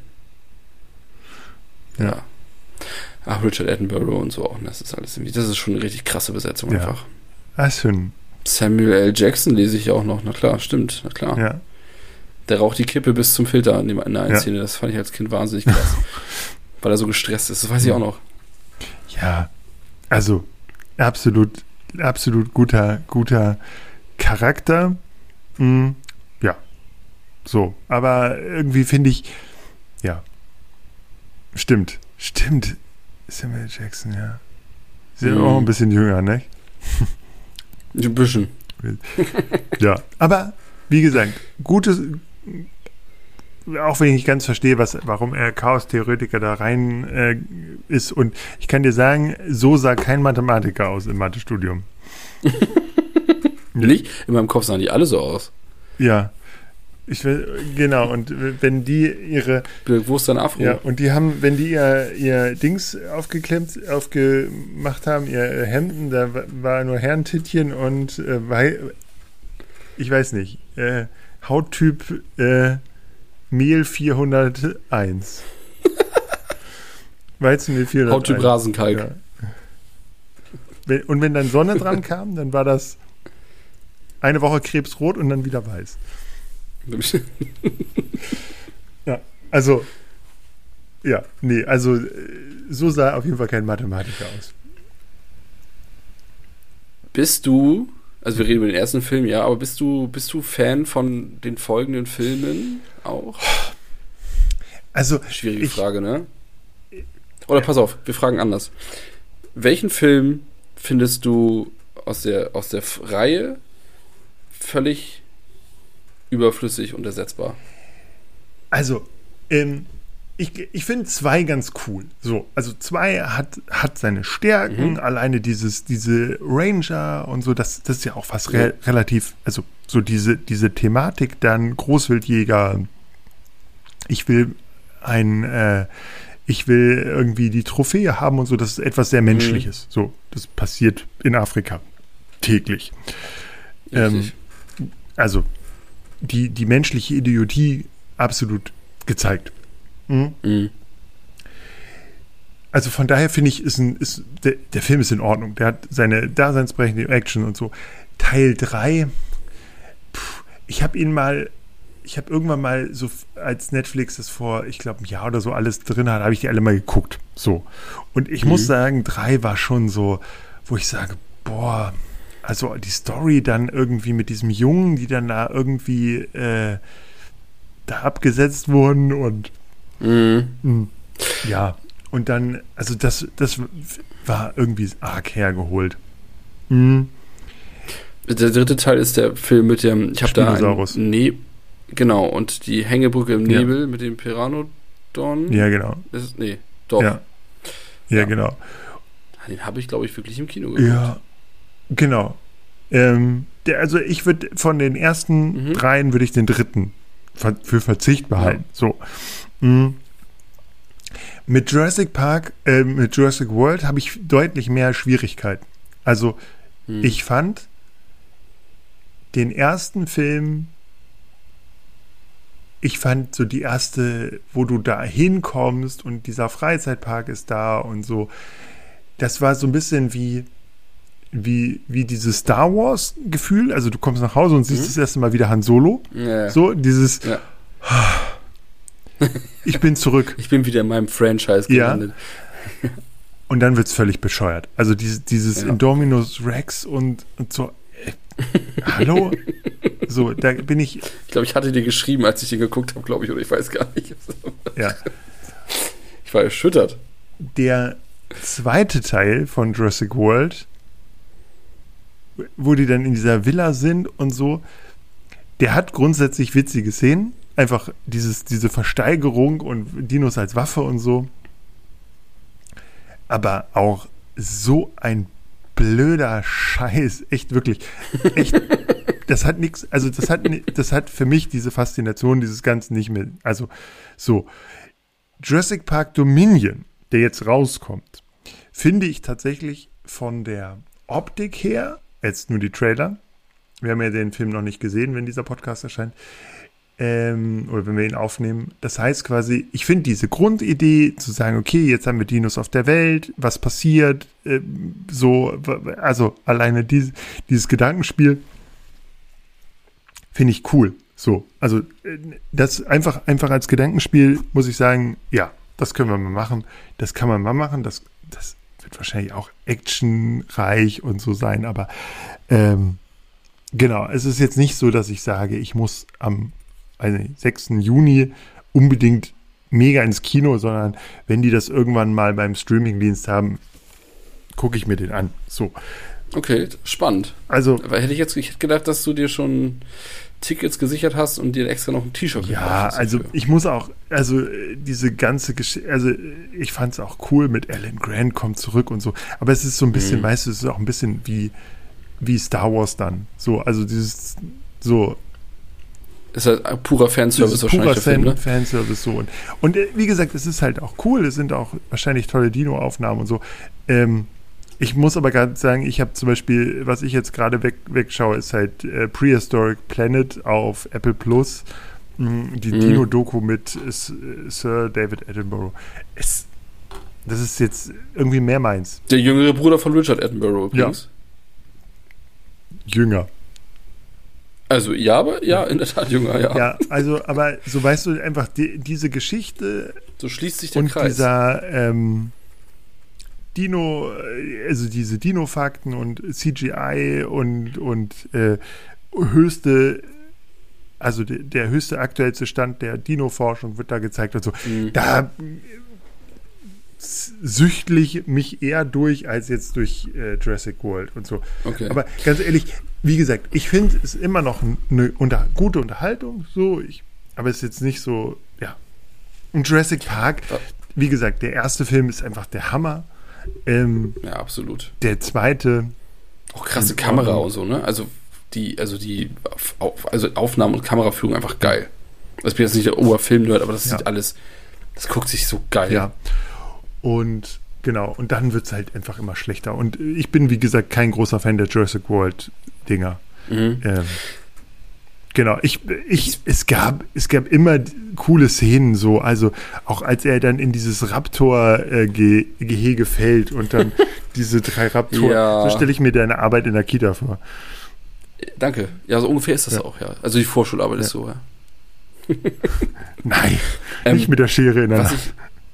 Ja. Ach, Richard Attenborough und so auch. Das ist alles irgendwie, das ist schon eine richtig krasse Besetzung einfach.
Das ist schön.
Samuel L. Jackson lese ich ja auch noch. Na klar, stimmt. Na klar.
Ja.
Der raucht die Kippe bis zum Filter in einer Szene. Das fand ich als Kind wahnsinnig krass. Weil er so gestresst ist. Das weiß ich auch noch.
Ja. Also, absolut guter Charakter. Ja. So. Aber irgendwie finde ich, Stimmt. Samuel Jackson, ja. Ist ja auch ein bisschen jünger, ne?
Ein bisschen.
Ja, aber wie gesagt, gutes, auch wenn ich nicht ganz verstehe, warum er Chaos-Theoretiker da rein ist. Und ich kann dir sagen, so sah kein Mathematiker aus im Mathestudium.
Nicht? In meinem Kopf sahen die alle so aus.
Ja. Genau, und wenn die ihre...
Wo ist dein Afro?
Ja, und die haben, wenn die ihr Dings aufgemacht haben, ihr Hemden, da war nur Herrentittchen und ich weiß nicht, Hauttyp Mehl 401. Weizenmehl 401.
Hauttyp Rasenkalk.
Ja. Und wenn dann Sonne dran kam, dann war das eine Woche krebsrot und dann wieder weiß. Ja, also so sah auf jeden Fall kein Mathematiker aus.
Bist du, also wir reden über den ersten Film, ja, aber bist du Fan von den folgenden Filmen auch?
Also
schwierige Frage, ne? Oder pass auf, wir fragen anders. Welchen Film findest du aus der Reihe völlig überflüssig und ersetzbar?
Also, ich finde 2 ganz cool. So, also 2 hat seine Stärken, alleine diese Ranger und so, das ist ja auch was relativ, also so diese Thematik dann Großwildjäger, ich will irgendwie die Trophäe haben und so, das ist etwas sehr Menschliches. So, das passiert in Afrika täglich. Also die menschliche Idiotie absolut gezeigt. Also von daher finde ich, der Film ist in Ordnung. Der hat seine daseinsberechtigte Action und so. Teil 3, ich habe irgendwann mal so, als Netflix das vor, ich glaube, ein Jahr oder so alles drin hat, habe ich die alle mal geguckt. So. Und ich muss sagen, 3 war schon so, wo ich sage, boah, also die Story dann irgendwie mit diesem Jungen, die dann da irgendwie da abgesetzt wurden und ja, Und dann, also das war irgendwie arg hergeholt. Mhm.
Der dritte Teil ist der Film mit dem, ich habe da genau, und die Hängebrücke im Nebel mit dem Pteranodon.
Ja, genau.
Doch.
Ja, genau.
Den habe ich, glaube ich, wirklich im Kino geguckt.
Ja, genau. Also ich würde von den ersten dreien würde ich den dritten für Verzicht behalten. So. Mit Jurassic World habe ich deutlich mehr Schwierigkeiten. Also ich fand den ersten Film, ich fand so die erste, wo du da hinkommst und dieser Freizeitpark ist da und so, das war so ein bisschen wie dieses Star Wars Gefühl, also du kommst nach Hause und siehst das erste Mal wieder Han Solo, so dieses ich bin zurück.
Ich bin wieder in meinem Franchise gelandet.
Ja. Und dann wird's völlig bescheuert. Also dieses Indominus Rex und so, hallo? So, da bin ich.
Ich glaube, ich hatte dir geschrieben, als ich den geguckt habe, glaube ich, oder ich weiß gar nicht.
Ja.
Ich war erschüttert.
Der zweite Teil von Jurassic World, wo die dann in dieser Villa sind und so, der hat grundsätzlich witzige Szenen. Einfach diese Versteigerung und Dinos als Waffe und so. Aber auch so ein blöder Scheiß. Echt, wirklich. Echt. Das hat nichts, also das hat für mich diese Faszination dieses Ganzen nicht mehr. Also so. Jurassic Park Dominion, der jetzt rauskommt, finde ich tatsächlich von der Optik her, jetzt nur die Trailer, wir haben ja den Film noch nicht gesehen, wenn dieser Podcast erscheint, oder wenn wir ihn aufnehmen. Das heißt quasi, ich finde diese Grundidee zu sagen, okay, jetzt haben wir Dinos auf der Welt, was passiert, also alleine dieses Gedankenspiel finde ich cool. So, also das einfach als Gedankenspiel muss ich sagen, ja, das können wir mal machen, das kann man mal machen, das wird wahrscheinlich auch actionreich und so sein, aber genau, es ist jetzt nicht so, dass ich sage, ich muss am 6. Juni unbedingt mega ins Kino, sondern wenn die das irgendwann mal beim Streamingdienst haben, gucke ich mir den an. So.
Okay, spannend.
Also,
aber ich hätte gedacht, dass du dir schon Tickets gesichert hast und dir extra noch ein T-Shirt gekauft hast.
Ja, also ich muss auch, also diese ganze Geschichte, also ich fand es auch cool mit Alan Grant kommt zurück und so, aber es ist so ein bisschen, weißt du, es ist auch ein bisschen wie Star Wars dann. So, also dieses, so.
Ist halt purer Fanservice wahrscheinlich.
Purer Fanservice so. Und wie gesagt, es ist halt auch cool, es sind auch wahrscheinlich tolle Dino-Aufnahmen und so. Ich muss aber gerade sagen, ich habe zum Beispiel, was ich jetzt gerade wegschaue, ist halt Prehistoric Planet auf Apple Plus. Die Dino-Doku mit Sir David Attenborough. Das ist jetzt irgendwie mehr meins.
Der jüngere Bruder von Richard Attenborough übrigens.
Ja. Jünger.
Also ja, aber ja, in der Tat jünger, ja.
Ja, also, aber so weißt du einfach, diese Geschichte.
So schließt sich der
und
Kreis.
Dieser Dino, also diese Dino-Fakten und CGI und höchste, also der höchste aktuellste Stand der Dino-Forschung wird da gezeigt und so. Da süchtlich mich eher durch als jetzt durch Jurassic World und so.
Okay.
Aber ganz ehrlich, wie gesagt, ich finde es immer noch eine gute Unterhaltung, so, aber es ist jetzt nicht so, ja. Und Jurassic Park, wie gesagt, der erste Film ist einfach der Hammer.
Ja, absolut.
Der zweite.
Auch krasse Kamera und so, ne? Also Aufnahmen und Kameraführung einfach geil. Also ich bin jetzt nicht der Oberfilm-Nerd, aber das sieht alles, das guckt sich so geil.
Ja. Und genau, und dann wird es halt einfach immer schlechter. Und ich bin, wie gesagt, kein großer Fan der Jurassic World-Dinger. Genau, es gab immer coole Szenen so, also auch als er dann in dieses Raptor-Gehege fällt und dann diese 3 Raptoren, so stelle ich mir deine Arbeit in der Kita vor.
Danke, ja, so ungefähr ist das auch, ja. Also die Vorschularbeit ist so, ja.
Nein, nicht mit der Schere in der Hand.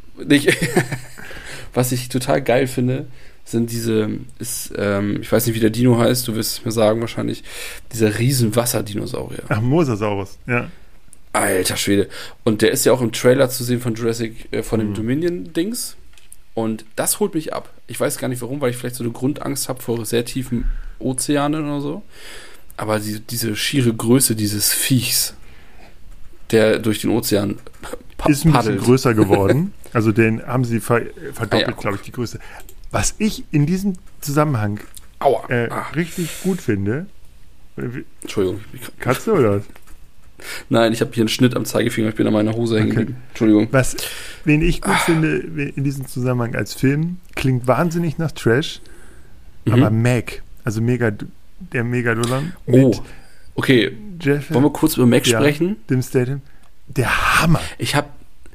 Was ich total geil finde, sind ich weiß nicht, wie der Dino heißt, du wirst es mir sagen wahrscheinlich, dieser riesen Wasserdinosaurier.
Ach, Mosasaurus, ja.
Alter Schwede. Und der ist ja auch im Trailer zu sehen von Jurassic, von dem Dominion-Dings. Und das holt mich ab. Ich weiß gar nicht warum, weil ich vielleicht so eine Grundangst habe vor sehr tiefen Ozeanen oder so. Aber diese schiere Größe dieses Viechs, der durch den Ozean
ist ein bisschen größer geworden. Also den haben sie verdoppelt, glaube ich, die Größe. Was ich in diesem Zusammenhang richtig gut finde.
Entschuldigung.
Katze oder was?
Nein, ich habe hier einen Schnitt am Zeigefinger. Ich bin an meiner Hose hängen geblieben. Entschuldigung.
Wen ich gut finde in diesem Zusammenhang als Film, klingt wahnsinnig nach Trash, aber Meg, also der Megalodon.
Oh, okay. Wollen wir kurz über Meg sprechen?
Dem Statham. Der Hammer.
Ich habe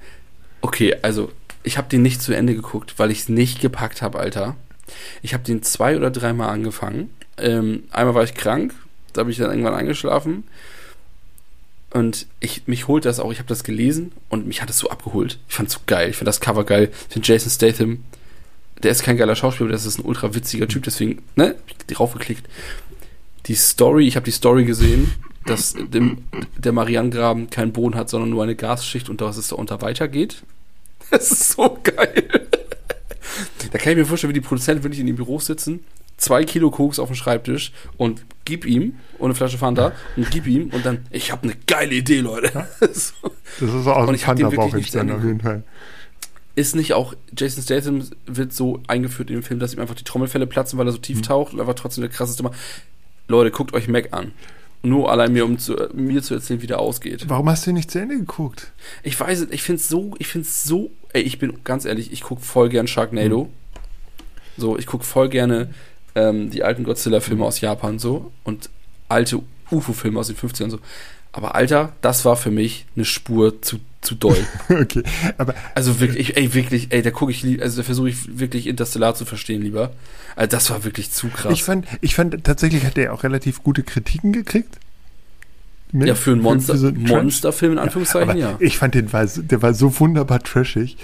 den nicht zu Ende geguckt, weil ich es nicht gepackt habe, Alter. Ich habe den 2 oder 3 Mal angefangen. Einmal war ich krank, da bin ich dann irgendwann eingeschlafen. Und mich holt das auch, ich habe das gelesen und mich hat es so abgeholt. Ich fand es so geil, ich finde das Cover geil. Ich finde Jason Statham, der ist kein geiler Schauspieler, das ist ein ultra witziger Typ, deswegen, hab ich drauf geklickt. Ich habe die Story gesehen, dass der Marianengraben keinen Boden hat, sondern nur eine Gasschicht und dass es da unter weitergeht. Das ist so geil. Da kann ich mir vorstellen, wie die Produzenten wirklich in dem Büro sitzen, 2 Kilo Koks auf dem Schreibtisch und gib ihm, und eine Flasche Fanta, und gib ihm und dann, ich habe eine geile Idee, Leute.
Ja? Das ist auch ein Fanta-Bauch entstanden, auf jeden Fall.
Ist nicht auch, Jason Statham wird so eingeführt in dem Film, dass ihm einfach die Trommelfelle platzen, weil er so tief taucht und einfach trotzdem der krasseste Mal. Leute, guckt euch Meg an. Nur allein mir zu erzählen, wie der ausgeht.
Warum hast du nicht zu Ende geguckt?
Ich weiß es, ich find's so, ich bin ganz ehrlich, ich gucke voll gern Sharknado. So, ich gucke voll gerne die alten Godzilla-Filme aus Japan so und alte UFO-Filme aus den 50ern so. Aber Alter, das war für mich eine Spur zu doll.
Okay, aber
also wirklich, da gucke ich, also da versuche ich wirklich Interstellar zu verstehen lieber. Also das war wirklich zu krass.
Ich fand tatsächlich hat der auch relativ gute Kritiken gekriegt.
Ja, für einen Monsterfilm in Anführungszeichen, ja.
Ich fand der war so wunderbar trashig.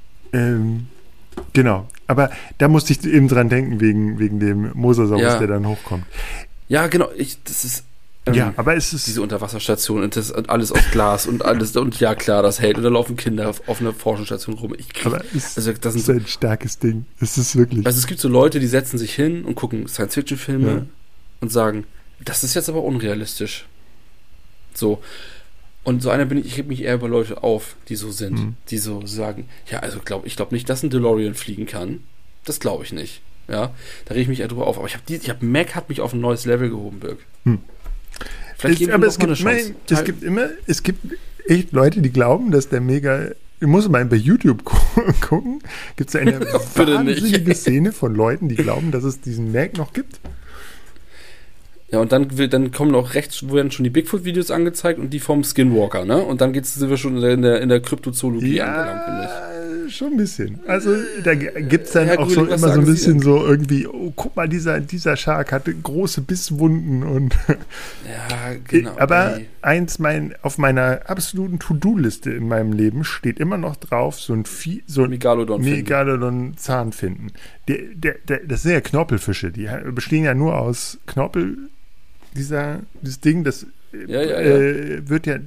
Genau, aber da musste ich eben dran denken, wegen dem Mosasaurus, der dann hochkommt.
Ja, genau, das ist
aber es ist
diese Unterwasserstation und das alles aus Glas und alles, und ja klar, das hält, und da laufen Kinder auf einer Forschungsstation rum.
Das ist ein starkes Ding. Es ist wirklich.
Also es gibt so Leute, die setzen sich hin und gucken Science-Fiction-Filme und sagen, das ist jetzt aber unrealistisch. So. Und so einer ich reg mich eher über Leute auf, die so sind, die so sagen, ja, also ich glaube nicht, dass ein DeLorean fliegen kann. Das glaube ich nicht. Ja, da reg ich mich eher drüber auf. Aber Meg hat mich auf ein neues Level gehoben, Birk.
Es gibt echt Leute, die glauben, dass der Mega. Ich muss mal bei YouTube gucken. Gibt es eine wahnsinnige Szene von Leuten, die glauben, dass es diesen Meg noch gibt?
Ja, und dann kommen auch rechts, werden schon die Bigfoot-Videos angezeigt und die vom Skinwalker, ne? Und dann sind wir schon in der Kryptozoologie angelangt, finde ich.
Schon ein bisschen. Also da gibt es dann auch so immer so ein bisschen so irgendwie, oh, guck mal, dieser Shark hatte große Bisswunden und
ja, genau.
Aber auf meiner absoluten To-Do-Liste in meinem Leben steht immer noch drauf, so ein Megalodon-Zahn finden. Das sind ja Knorpelfische, die bestehen ja nur aus Knorpel. Dieses Ding, das wird ja,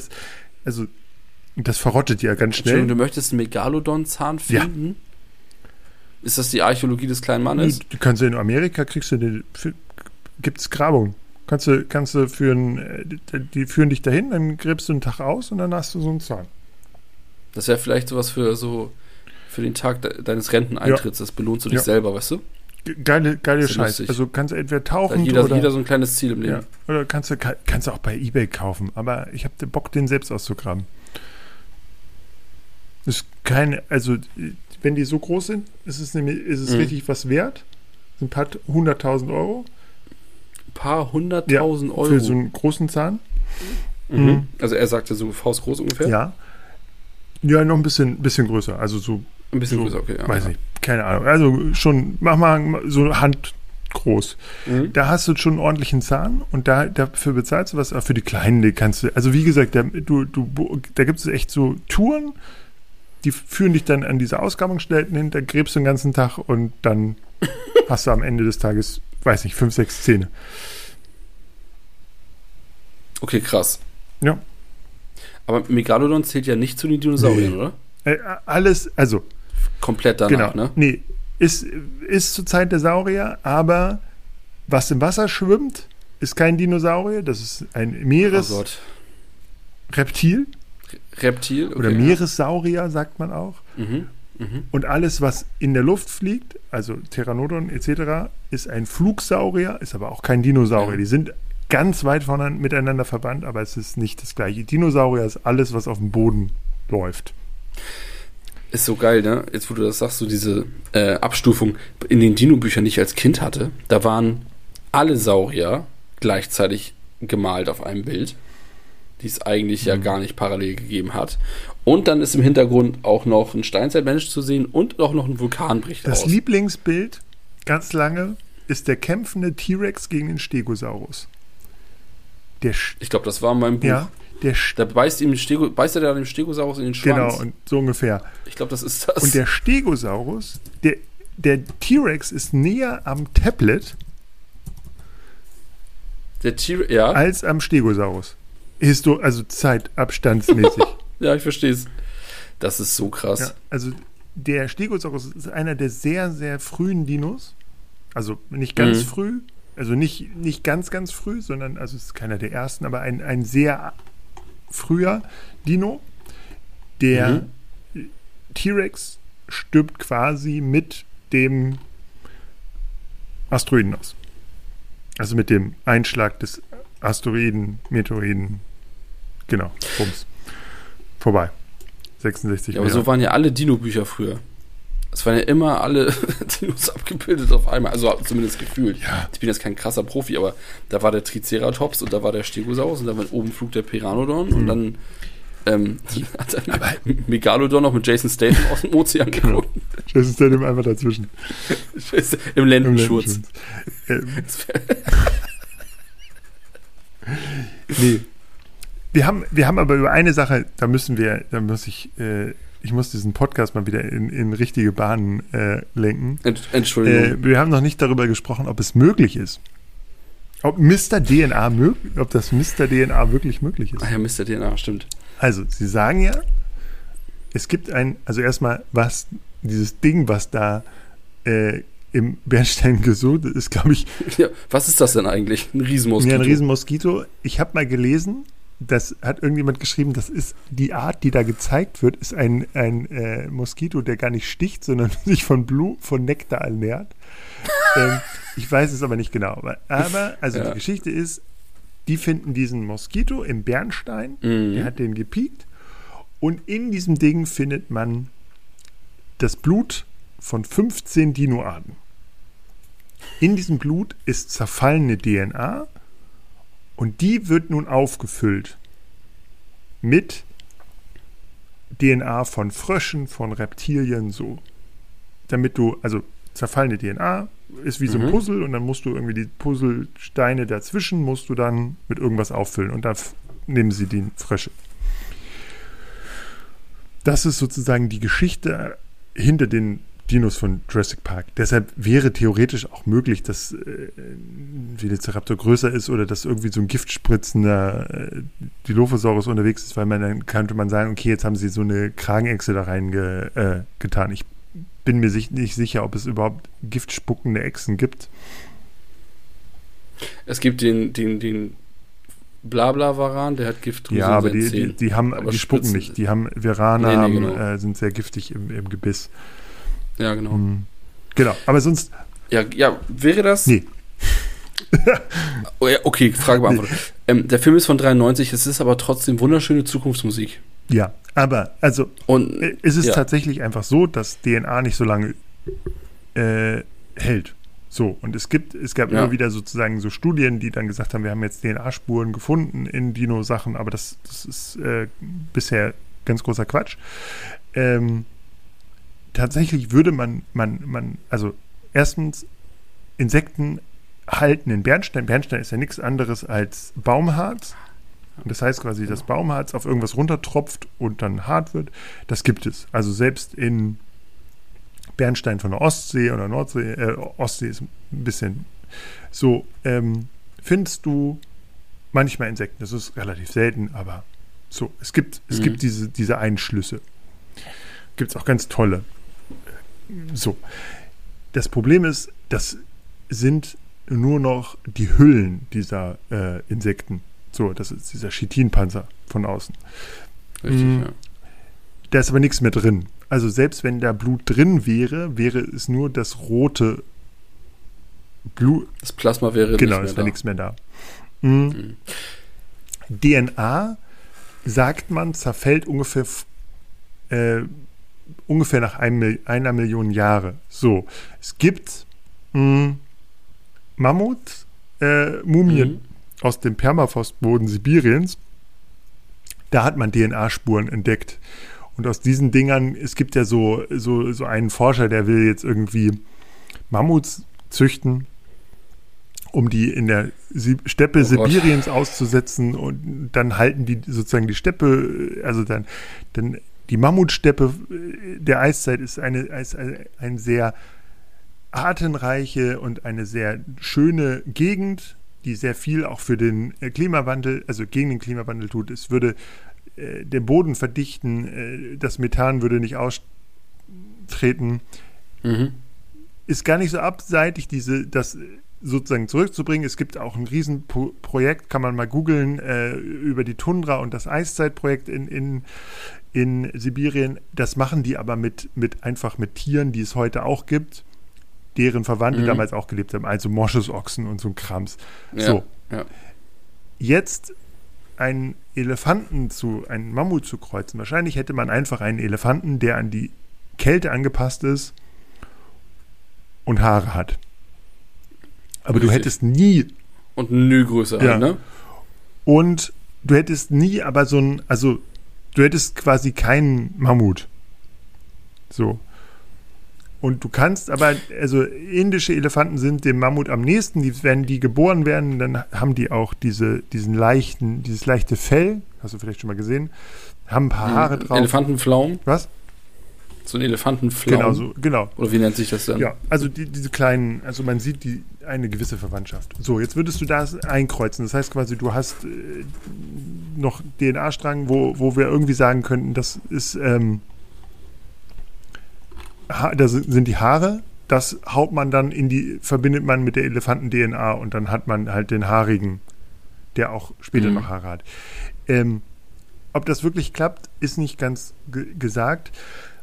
das verrottet ja ganz schnell.
Du möchtest einen Megalodon-Zahn finden? Ja. Ist das die Archäologie des kleinen Mannes?
Du kannst in Amerika gibt es Grabungen. Kannst du die führen dich dahin, dann gräbst du einen Tag aus und dann hast du so einen Zahn.
Das wäre vielleicht sowas für den Tag deines Renteneintritts. Das belohnst du dich selber, weißt du?
Geile Scheiße. Also kannst du entweder tauchen
jeder so ein kleines Ziel im Leben.
Ja, oder kannst du auch bei eBay kaufen. Aber ich habe den Bock, den selbst auszugraben. Also wenn die so groß sind, ist es richtig was wert. Sind ein paar 100.000 Euro.
Ein paar 100.000 Euro?
Für so einen großen Zahn.
Mhm. Also er sagte so faustgroß ungefähr?
Ja. Ja, noch ein bisschen größer. Also so.
Ein bisschen größer, okay. Ja.
Weiß nicht. Keine Ahnung. Also schon, mach mal so handgroß. Da hast du schon einen ordentlichen Zahn und dafür bezahlst du was. Aber für die Kleinen, die kannst du, also wie gesagt, da gibt es echt so Touren, die führen dich dann an diese Ausgrabungsstätten hin, da gräbst du den ganzen Tag und dann hast du am Ende des Tages, weiß nicht, 5, 6 Zähne.
Okay, krass.
Ja.
Aber Megalodon zählt ja nicht zu den Dinosauriern, oder?
Alles, also
komplett danach, ne?
Nee, ist zur Zeit der Saurier, aber was im Wasser schwimmt, ist kein Dinosaurier, das ist ein Meeresreptil.
Reptil? Okay,
oder Meeressaurier, sagt man auch.
Mhm.
Und alles, was in der Luft fliegt, also Pteranodon etc., ist ein Flugsaurier, ist aber auch kein Dinosaurier.
Ja.
Die sind ganz weit miteinander verbannt, aber es ist nicht das gleiche. Dinosaurier ist alles, was auf dem Boden läuft.
Ist so geil, ne? Jetzt, wo du das sagst, so diese Abstufung in den Dino-Büchern, die ich als Kind hatte, da waren alle Saurier gleichzeitig gemalt auf einem Bild, die es eigentlich ja gar nicht parallel gegeben hat. Und dann ist im Hintergrund auch noch ein Steinzeitmensch zu sehen und auch noch ein Vulkan bricht aus.
Das Lieblingsbild, ganz lange, ist der kämpfende T-Rex gegen den Stegosaurus.
Ich glaube, das war in meinem Buch.
Ja,
da beißt er da dem Stegosaurus in den Schwanz.
Genau, und so ungefähr.
Ich glaube, das ist das.
Und der Stegosaurus, der T-Rex ist näher am Tablet als am Stegosaurus. Also zeitabstandsmäßig.
Ja, ich verstehe es. Das ist so krass.
Ja, also der Stegosaurus ist einer der sehr, sehr frühen Dinos. Also nicht ganz früh, also nicht ganz, ganz früh, sondern, also es ist keiner der ersten, aber ein sehr früher Dino. Der T-Rex stirbt quasi mit dem Asteroiden aus. Also mit dem Einschlag des Asteroiden, Meteoroiden. Genau, bums. Vorbei. 66
Ja, aber so waren ja alle Dino-Bücher früher. Es waren ja immer alle Dinos abgebildet auf einmal. Also zumindest gefühlt.
Ja.
Ich bin jetzt kein krasser Profi, aber da war der Triceratops und da war der Stegosaurus und da war oben flog der Pteranodon und dann hat ein Megalodon noch mit Jason Statham aus dem Ozean geguckt.
Jason Statham einfach dazwischen.
Im Lendenschurz.
Nee. Wir haben aber über eine Sache, ich muss diesen Podcast mal wieder in richtige Bahnen lenken.
Entschuldigung.
Wir haben noch nicht darüber gesprochen, ob es möglich ist. Ob das Mr. DNA wirklich möglich ist.
Ah ja, Mr. DNA, stimmt.
Also, Sie sagen ja, es gibt also erstmal, dieses Ding, was da im Bernstein gesucht ist, glaube ich.
Ja, was ist das denn eigentlich? Ein Riesenmoskito?
Ja, ein Riesenmoskito. Ich habe mal gelesen, das hat irgendjemand geschrieben, das ist die Art, die da gezeigt wird, ist ein Moskito, der gar nicht sticht, sondern sich von Nektar ernährt. Ich weiß es aber nicht genau. Aber die Geschichte ist, die finden diesen Moskito im Bernstein, der hat den gepiekt und in diesem Ding findet man das Blut von 15 Dinoarten. In diesem Blut ist zerfallene DNA und die wird nun aufgefüllt mit DNA von Fröschen, von Reptilien, so. Damit zerfallene DNA ist wie so ein Puzzle und dann musst du irgendwie die Puzzlesteine dazwischen musst du dann mit irgendwas auffüllen und da nehmen sie die Frösche. Das ist sozusagen die Geschichte hinter den Dinos von Jurassic Park. Deshalb wäre theoretisch auch möglich, dass Velociraptor größer ist oder dass irgendwie so ein giftspritzender Dilophosaurus unterwegs ist, weil dann könnte man sagen, okay, jetzt haben sie so eine Kragenechse da rein getan. Ich bin mir nicht sicher, ob es überhaupt giftspuckende Echsen gibt.
Es gibt den Blabla-Varan, der hat Giftdrüsen.
Ja, aber die spucken nicht. Die haben Varane, sind sehr giftig im Gebiss.
Ja, genau.
Genau, aber sonst...
Ja, wäre das...
Nee.
Oh, ja, okay, Frage beantwortet. Nee. Der Film ist von 93, es ist aber trotzdem wunderschöne Zukunftsmusik.
Ja, aber es ist tatsächlich einfach so, dass DNA nicht so lange hält. So, und es gab immer wieder sozusagen so Studien, die dann gesagt haben, wir haben jetzt DNA-Spuren gefunden in Dino-Sachen, aber das ist bisher ganz großer Quatsch. Tatsächlich würde man, also erstens, Insekten halten in Bernstein. Bernstein ist ja nichts anderes als Baumharz. Und das heißt quasi, dass Baumharz auf irgendwas runtertropft und dann hart wird. Das gibt es. Also selbst in Bernstein von der Ostsee oder Nordsee, Ostsee ist ein bisschen so, findest du manchmal Insekten. Das ist relativ selten, aber so. Es gibt diese Einschlüsse. Gibt es auch ganz tolle. So. Das Problem ist, das sind nur noch die Hüllen dieser Insekten. So, das ist dieser Chitinpanzer von außen.
Richtig, ja.
Da ist aber nichts mehr drin. Also selbst wenn da Blut drin wäre, wäre es nur das rote Blut.
Das Plasma wäre
genau, es wäre nichts mehr da. DNA, sagt man, zerfällt ungefähr nach einer Million Jahre. So, es gibt Mumien aus dem Permafrostboden Sibiriens. Da hat man DNA-Spuren entdeckt. Und aus diesen Dingern, es gibt ja so einen Forscher, der will jetzt irgendwie Mammuts züchten, um die in der Steppe Sibiriens auszusetzen, und dann halten die sozusagen die Steppe, also dann die Mammutsteppe der Eiszeit ist eine sehr artenreiche und eine sehr schöne Gegend, die sehr viel auch für den Klimawandel, also gegen den Klimawandel tut. Es würde den Boden verdichten, das Methan würde nicht austreten. Ist gar nicht so abseitig, das sozusagen zurückzubringen. Es gibt auch ein Riesenprojekt, kann man mal googeln, über die Tundra und das Eiszeitprojekt in Sibirien. Das machen die aber einfach mit Tieren, die es heute auch gibt, deren Verwandte damals auch gelebt haben, also Moschusochsen und so ein Krams.
Ja,
so.
Ja.
Jetzt einen Mammut zu kreuzen. Wahrscheinlich hätte man einfach einen Elefanten, der an die Kälte angepasst ist und Haare hat. Aber
Richtig.
du hättest nie...
Und ein Nü größer,
ja.
Ne?
Und du hättest nie aber du hättest quasi keinen Mammut. So. Und du kannst aber, also indische Elefanten sind dem Mammut am nächsten, wenn die geboren werden, dann haben die auch dieses leichte Fell, hast du vielleicht schon mal gesehen, haben ein paar Haare drauf.
Elefantenflaum?
Was?
So ein Elefantenflaum?
Genau.
Oder wie nennt sich das dann?
Ja, also diese kleinen, also man sieht eine gewisse Verwandtschaft. So, jetzt würdest du das einkreuzen. Das heißt quasi, du hast noch DNA-Strang, wo wir irgendwie sagen könnten, das ist, da sind die Haare, das haut man dann verbindet man mit der Elefanten-DNA und dann hat man halt den haarigen, der auch später noch Haare hat. Ob das wirklich klappt, ist nicht ganz gesagt.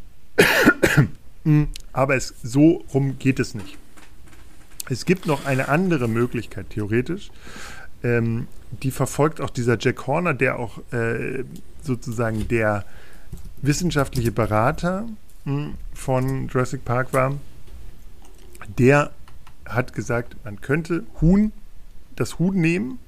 Aber so rum geht es nicht. Es gibt noch eine andere Möglichkeit, theoretisch. Die verfolgt auch dieser Jack Horner, der auch sozusagen der wissenschaftliche Berater von Jurassic Park war. Der hat gesagt, man könnte das Huhn nehmen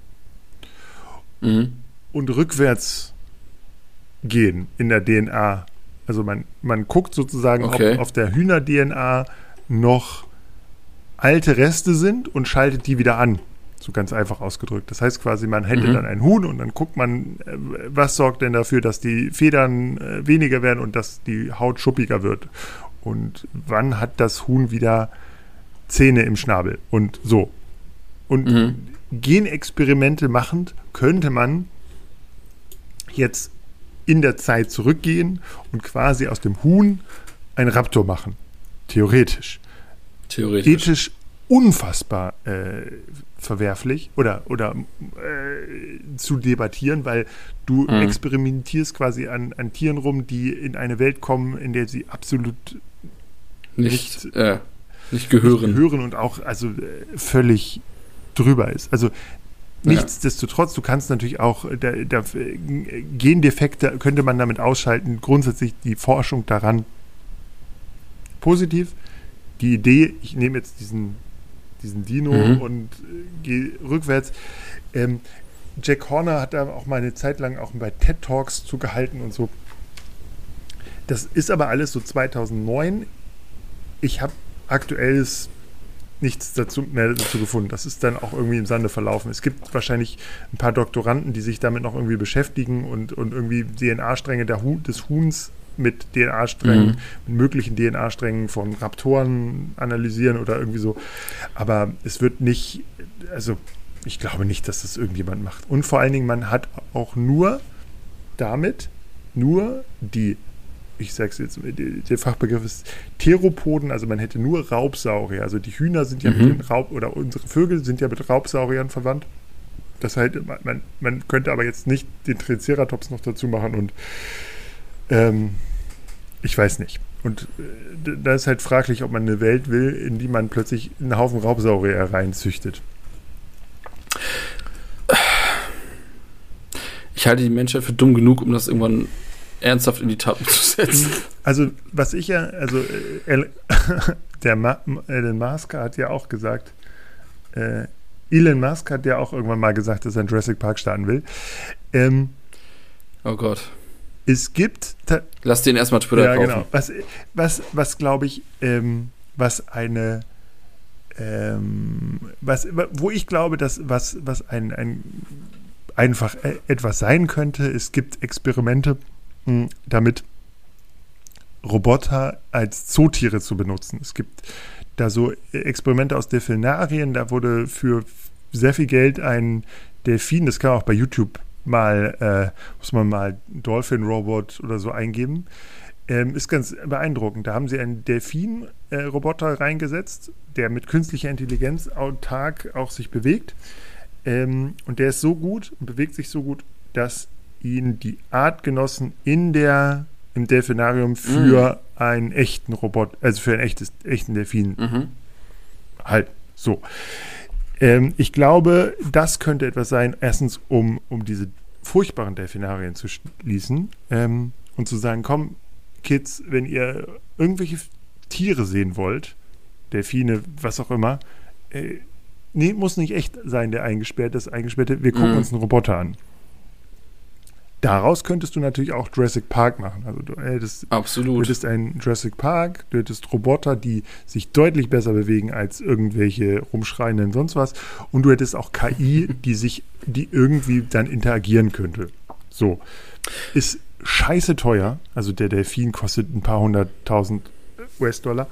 und rückwärts gehen in der DNA. Also man guckt sozusagen, ob auf der Hühner-DNA noch alte Reste sind und schaltet die wieder an. So ganz einfach ausgedrückt. Das heißt quasi, man hätte dann ein Huhn und dann guckt man, was sorgt denn dafür, dass die Federn weniger werden und dass die Haut schuppiger wird. Und wann hat das Huhn wieder Zähne im Schnabel und so. Und Genexperimente machend könnte man jetzt in der Zeit zurückgehen und quasi aus dem Huhn ein Raptor machen. Theoretisch. Ethisch unfassbar verwerflich oder zu debattieren, weil du experimentierst quasi an Tieren rum, die in eine Welt kommen, in der sie absolut nicht gehören und auch völlig drüber ist. Also nichtsdestotrotz, du kannst natürlich auch Gendefekte könnte man damit ausschalten. Grundsätzlich die Forschung daran positiv. Die Idee, ich nehme jetzt diesen Dino und gehe rückwärts. Jack Horner hat da auch mal eine Zeit lang auch bei TED Talks zugehalten und so. Das ist aber alles so 2009. Ich habe aktuelles nichts mehr dazu gefunden. Das ist dann auch irgendwie im Sande verlaufen. Es gibt wahrscheinlich ein paar Doktoranden, die sich damit noch irgendwie beschäftigen und irgendwie DNA-Stränge des Huhns mit DNA-Strängen, mit möglichen DNA-Strängen von Raptoren analysieren oder irgendwie so. Aber es wird nicht, also ich glaube nicht, dass das irgendjemand macht. Und vor allen Dingen, man hat auch nur die ich sag's jetzt, der Fachbegriff ist Theropoden, also man hätte nur Raubsaurier. Also die Hühner sind ja mit den oder unsere Vögel sind ja mit Raubsauriern verwandt. Das heißt, man könnte aber jetzt nicht den Triceratops noch dazu machen und ich weiß nicht. Und da ist halt fraglich, ob man eine Welt will, in die man plötzlich einen Haufen Raubsaurier reinzüchtet.
Ich halte die Menschheit für dumm genug, um das irgendwann ernsthaft in die Tat umzusetzen.
Also, was ich ja, also Elon Musk hat ja auch gesagt, Elon Musk hat ja auch irgendwann mal gesagt, dass er in Jurassic Park starten will.
Oh Gott.
Es gibt...
Lass den erstmal Twitter kaufen.
Ja, genau. Was glaube ich, wo ich glaube, dass was ein einfach etwas sein könnte, es gibt Experimente, damit Roboter als Zootiere zu benutzen. Es gibt da so Experimente aus Delfinarien, da wurde für sehr viel Geld ein Delfin, das kann man auch bei YouTube muss man mal Dolphin Robot oder so eingeben. Ist ganz beeindruckend. Da haben sie einen Delfin-Roboter reingesetzt, der mit künstlicher Intelligenz autark auch sich bewegt. Und der ist so gut und bewegt sich so gut, dass ihn die Artgenossen im Delfinarium für einen echten Roboter, also für einen echten Delfin halten. So. Ich glaube, das könnte etwas sein, erstens, um diese furchtbaren Delfinarien zu schließen und zu sagen, komm, Kids, wenn ihr irgendwelche Tiere sehen wollt, Delfine, was auch immer, muss nicht echt sein, das Eingesperrte, wir gucken uns einen Roboter an. Daraus könntest du natürlich auch Jurassic Park machen. Also du hättest einen Jurassic Park, du hättest Roboter, die sich deutlich besser bewegen als irgendwelche rumschreienden sonst was. Und du hättest auch KI, die irgendwie dann interagieren könnte. So. Ist scheiße teuer. Also der Delfin kostet ein paar 100.000 US-Dollar.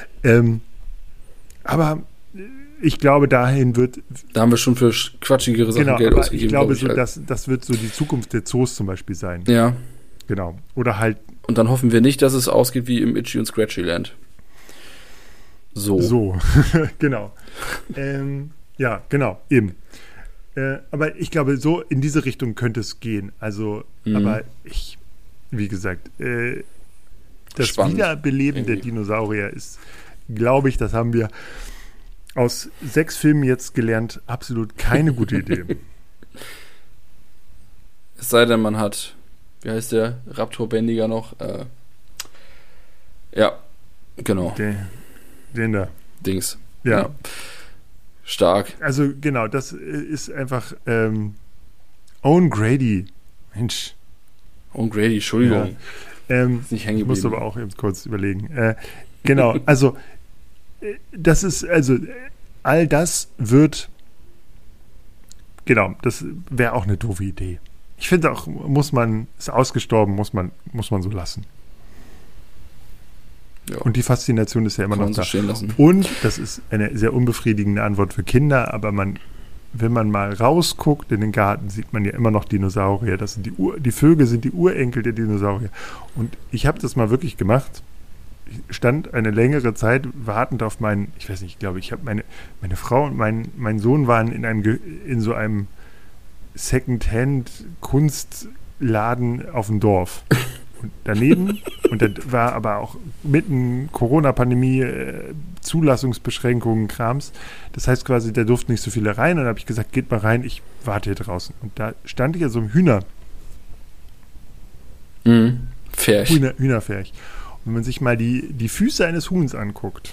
Aber ich glaube, da haben wir schon für quatschigere Sachen Geld ausgegeben. Ich glaube, das wird so die Zukunft der Zoos zum Beispiel sein.
Ja.
Genau. Oder halt.
Und dann hoffen wir nicht, dass es ausgeht wie im Itchy und Scratchy Land.
So. Genau. Ja, genau, eben. Aber ich glaube, so in diese Richtung könnte es gehen. Also, aber wie gesagt, das Spannend. Wiederbeleben der Dinosaurier ist, glaube ich, das haben wir aus 6 Filmen jetzt gelernt, absolut keine gute Idee.
Es sei denn, man hat, wie heißt der, Raptorbändiger noch? Ja, genau.
Den da.
Dings.
Ja.
Stark.
Also genau, das ist einfach Owen Grady. Mensch.
Owen Grady, Entschuldigung.
Ja.
Ist nicht hängen geblieben.
Musst aber auch eben kurz überlegen. Genau, also das ist, also all das wird, genau, das wäre auch eine doofe Idee. Ich finde auch, ist ausgestorben, muss man so lassen. Ja. Und die Faszination ist ja immer noch da.
Stehen lassen.
Und das ist eine sehr unbefriedigende Antwort für Kinder, aber wenn man mal rausguckt in den Garten, sieht man ja immer noch Dinosaurier. Das sind die Vögel sind die Urenkel der Dinosaurier. Und ich habe das mal wirklich gemacht. Ich stand eine längere Zeit wartend auf ich weiß nicht, ich glaube, ich habe meine Frau und mein Sohn waren in so einem Second-Hand-Kunstladen auf dem Dorf. Und daneben, und da war aber auch mitten Corona-Pandemie, Zulassungsbeschränkungen, Krams. Das heißt quasi, da durften nicht so viele rein. Und da habe ich gesagt, geht mal rein, ich warte hier draußen. Und da stand ich an so einem Hühnerpferch. Und wenn man sich mal die Füße eines Huhns anguckt.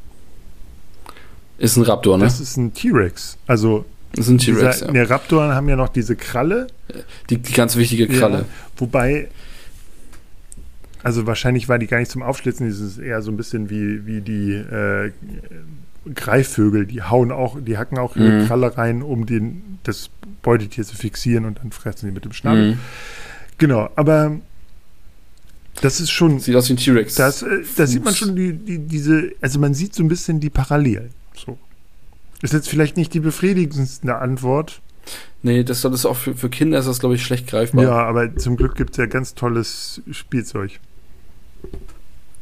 Ist ein Raptor, ne?
Das ist ein T-Rex. Also
das ist ein T-Rex, ja.
Die Raptoren haben ja noch diese Kralle.
Die ganz wichtige Kralle.
Ja, wobei, also wahrscheinlich war die gar nicht zum Aufschlitzen, das ist eher so ein bisschen wie die Greifvögel, die hacken auch ihre Kralle rein, um das Beutetier zu fixieren und dann fressen sie mit dem Schnabel. Genau, aber das ist schon.
Sieht aus wie ein T-Rex.
Da sieht man schon also man sieht so ein bisschen die Parallelen. So. Ist jetzt vielleicht nicht die befriedigendste Antwort.
Nee, das ist auch für Kinder ist das, glaube ich, schlecht greifbar.
Ja, aber zum Glück gibt es ja ganz tolles Spielzeug.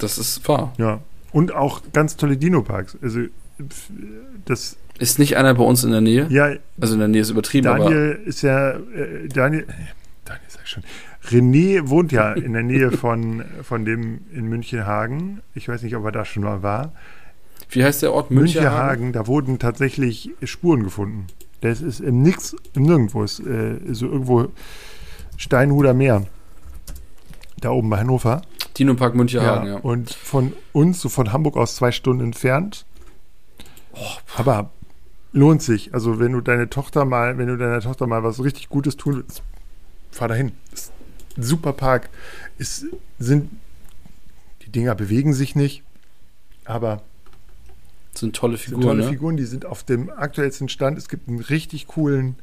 Das ist wahr.
Ja. Und auch ganz tolle Dino-Parks. Also, das
ist nicht einer bei uns in der Nähe?
Ja.
Also in der Nähe ist übertrieben,
Daniel ist ja, Daniel sag ich schon. René wohnt ja in der Nähe von dem in Münchenhagen. Ich weiß nicht, ob er da schon mal war.
Wie heißt der Ort? Münchenhagen?
Da wurden tatsächlich Spuren gefunden. Das ist im Nirgendwo. Ist so irgendwo Steinhuder Meer. Da oben bei Hannover.
Dino-Park Münchenhagen, ja.
Und von uns, so von Hamburg aus 2 Stunden entfernt. Aber lohnt sich. Also wenn du deiner Tochter mal was richtig Gutes tun willst, fahr dahin. Ist ein super Park. Die Dinger bewegen sich nicht, aber
sind tolle Figuren.
Figuren, die sind auf dem aktuellsten Stand. Es gibt einen richtig coolen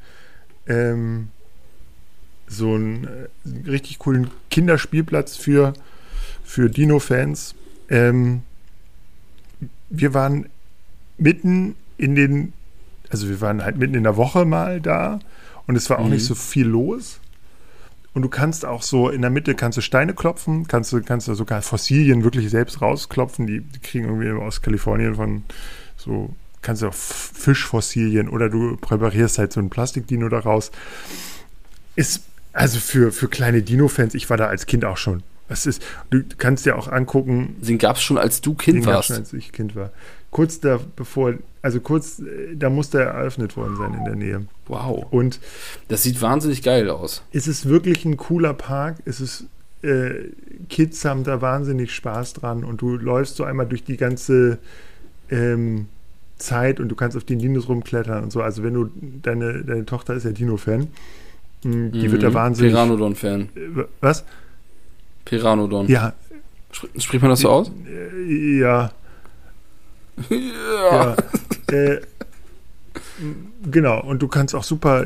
richtig coolen Kinderspielplatz für Dino-Fans. Wir waren mitten in der Woche mal da und es war auch nicht so viel los. Und du kannst auch so in der Mitte Steine klopfen, kannst du sogar Fossilien wirklich selbst rausklopfen. Die kriegen irgendwie aus Kalifornien kannst du auch Fischfossilien oder du präparierst halt so ein Plastikdino daraus. Ist also für kleine Dino-Fans, ich war da als Kind auch schon. Du kannst dir auch angucken.
Den gab es schon, als du Kind warst.
Den gab es schon, als ich Kind war. Da musste er eröffnet worden sein in der Nähe.
Wow.
Und
das sieht wahnsinnig geil aus.
Es ist wirklich ein cooler Park. Kids haben da wahnsinnig Spaß dran und du läufst so einmal durch die ganze Zeit und du kannst auf den Dinos rumklettern und so. Also wenn du, deine Tochter ist ja Dino-Fan, die wird da wahnsinnig...
Pteranodon-Fan.
Was?
Pteranodon.
Ja.
Spricht man das so aus?
Ja. Ja. Genau, und du kriegst auch super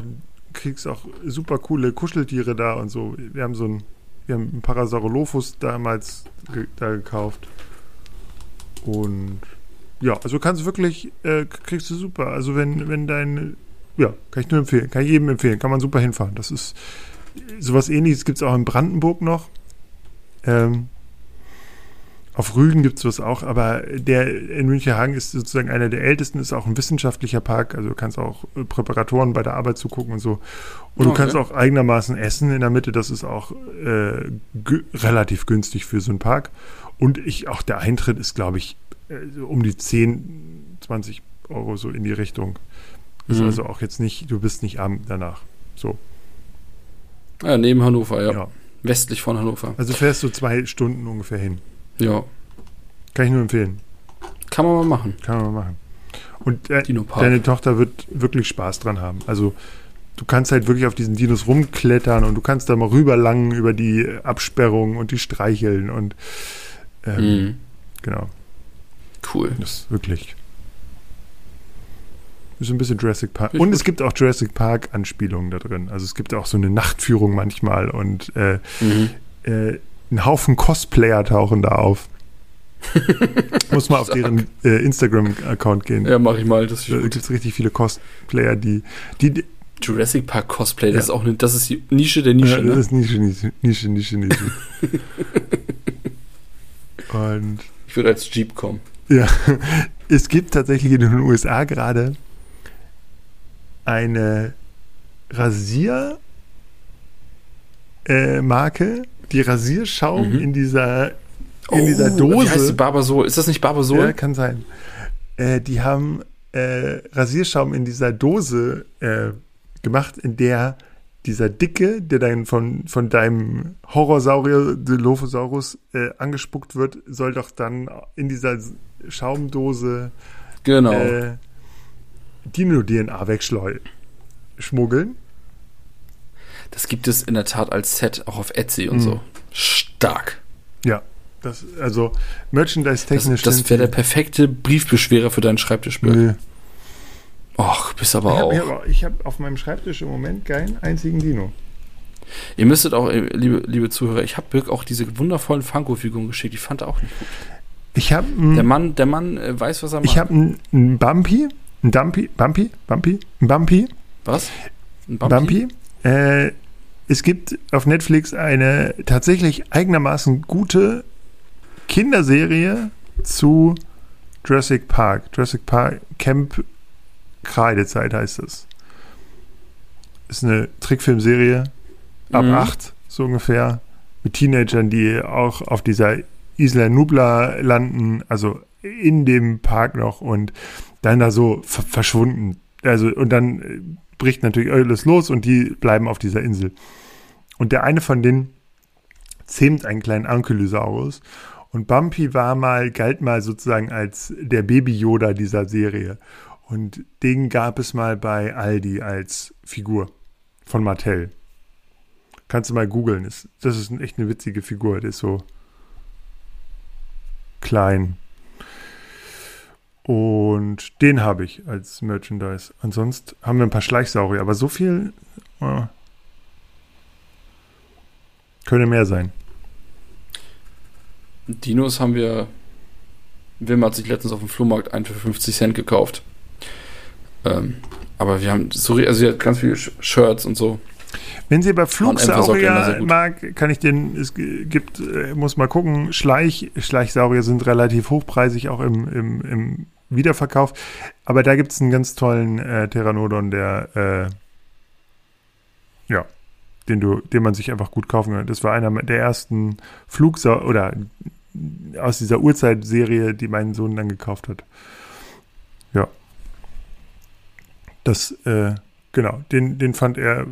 coole Kuscheltiere da und so. Wir haben einen Parasaurolophus damals da gekauft. Und ja, also kriegst du super. Also wenn kann ich nur empfehlen, kann ich jedem empfehlen, kann man super hinfahren. Das ist sowas Ähnliches gibt es auch in Brandenburg noch. Auf Rügen gibt es was auch, aber der in Münchenhagen ist sozusagen einer der ältesten, ist auch ein wissenschaftlicher Park, also du kannst auch Präparatoren bei der Arbeit zugucken und so. Und du kannst auch eigenermaßen essen in der Mitte, das ist auch relativ günstig für so einen Park. Und auch der Eintritt ist, glaube ich, um die 10, 20 Euro so in die Richtung. Ist also auch jetzt nicht, du bist nicht arm danach. So.
Ja, neben Hannover, ja. Westlich von Hannover.
Also fährst du 2 Stunden ungefähr hin.
Ja.
Kann ich nur empfehlen.
Kann man mal machen.
Und deine Tochter wird wirklich Spaß dran haben. Also du kannst halt wirklich auf diesen Dinos rumklettern und du kannst da mal rüberlangen über die Absperrungen und die streicheln und genau.
Cool.
Das ist wirklich ein bisschen Jurassic Park. Und es gibt auch Jurassic Park Anspielungen da drin. Also es gibt auch so eine Nachtführung manchmal und ein Haufen Cosplayer tauchen da auf. Muss mal auf deren Instagram-Account gehen.
Ja, mach ich mal. Da
gibt es richtig viele Cosplayer, die
Jurassic Park Cosplay, das ist auch das ist die Nische der Nische.
Ja, das ist Nische. Und
ich würde als Jeep kommen.
Ja, es gibt tatsächlich in den USA gerade eine Rasiermarke, die Rasierschaum in dieser Dose.
Wie heißt die? Barbasol? Ist das nicht Barbasol?
Ja, kann sein. Die haben Rasierschaum in dieser Dose gemacht, in der dieser Dicke, der dann von deinem Horrorsaurier Dilophosaurus angespuckt wird, soll doch dann in dieser Schaumdose Dino-DNA wegschmuggeln.
Das gibt es in der Tat als Set auch auf Etsy und so. Stark.
Ja, also Merchandise-technisch.
Das wäre der perfekte Briefbeschwerer für deinen Schreibtischbild. Nee. Och, bist aber auch.
Ich habe auf meinem Schreibtisch im Moment keinen einzigen Dino.
Ihr müsstet auch, liebe Zuhörer, ich habe Birk auch diese wundervollen Funko-Figuren geschickt, die fand er auch nicht gut. Der Mann weiß, was er macht.
Ich habe einen Bumpy. Ein Bumpy.
Was?
Ein Bumpy. Es gibt auf Netflix eine tatsächlich eigenermaßen gute Kinderserie zu Jurassic Park. Jurassic Park Camp Kreidezeit heißt es. Ist eine Trickfilmserie ab 8, so ungefähr, mit Teenagern, die auch auf dieser Isla Nublar landen, also in dem Park noch und dann da so verschwunden. Also, und dann bricht natürlich alles los und die bleiben auf dieser Insel. Und der eine von denen zähmt einen kleinen Ankylosaurus und Bumpy galt mal sozusagen als der Baby-Yoda dieser Serie. Und den gab es mal bei Aldi als Figur von Mattel. Kannst du mal googeln. Das ist echt eine witzige Figur. Der ist so klein. Und den habe ich als Merchandise. Ansonsten haben wir ein paar Schleichsaurier, aber so viel könnte mehr sein.
Dinos haben wir. Wilma hat sich letztens auf dem Flohmarkt einen für 50 Cent gekauft. Aber wir haben also sie hat ganz viele Shirts und so.
Wenn sie bei Flugsaurier mag, kann ich muss mal gucken, Schleichsaurier sind relativ hochpreisig, auch im Wiederverkauf. Aber da gibt es einen ganz tollen Pteranodon, den man sich einfach gut kaufen kann. Das war einer der ersten Flugsaurier oder aus dieser Urzeitserie, die mein Sohn dann gekauft hat. Ja. Das, den fand er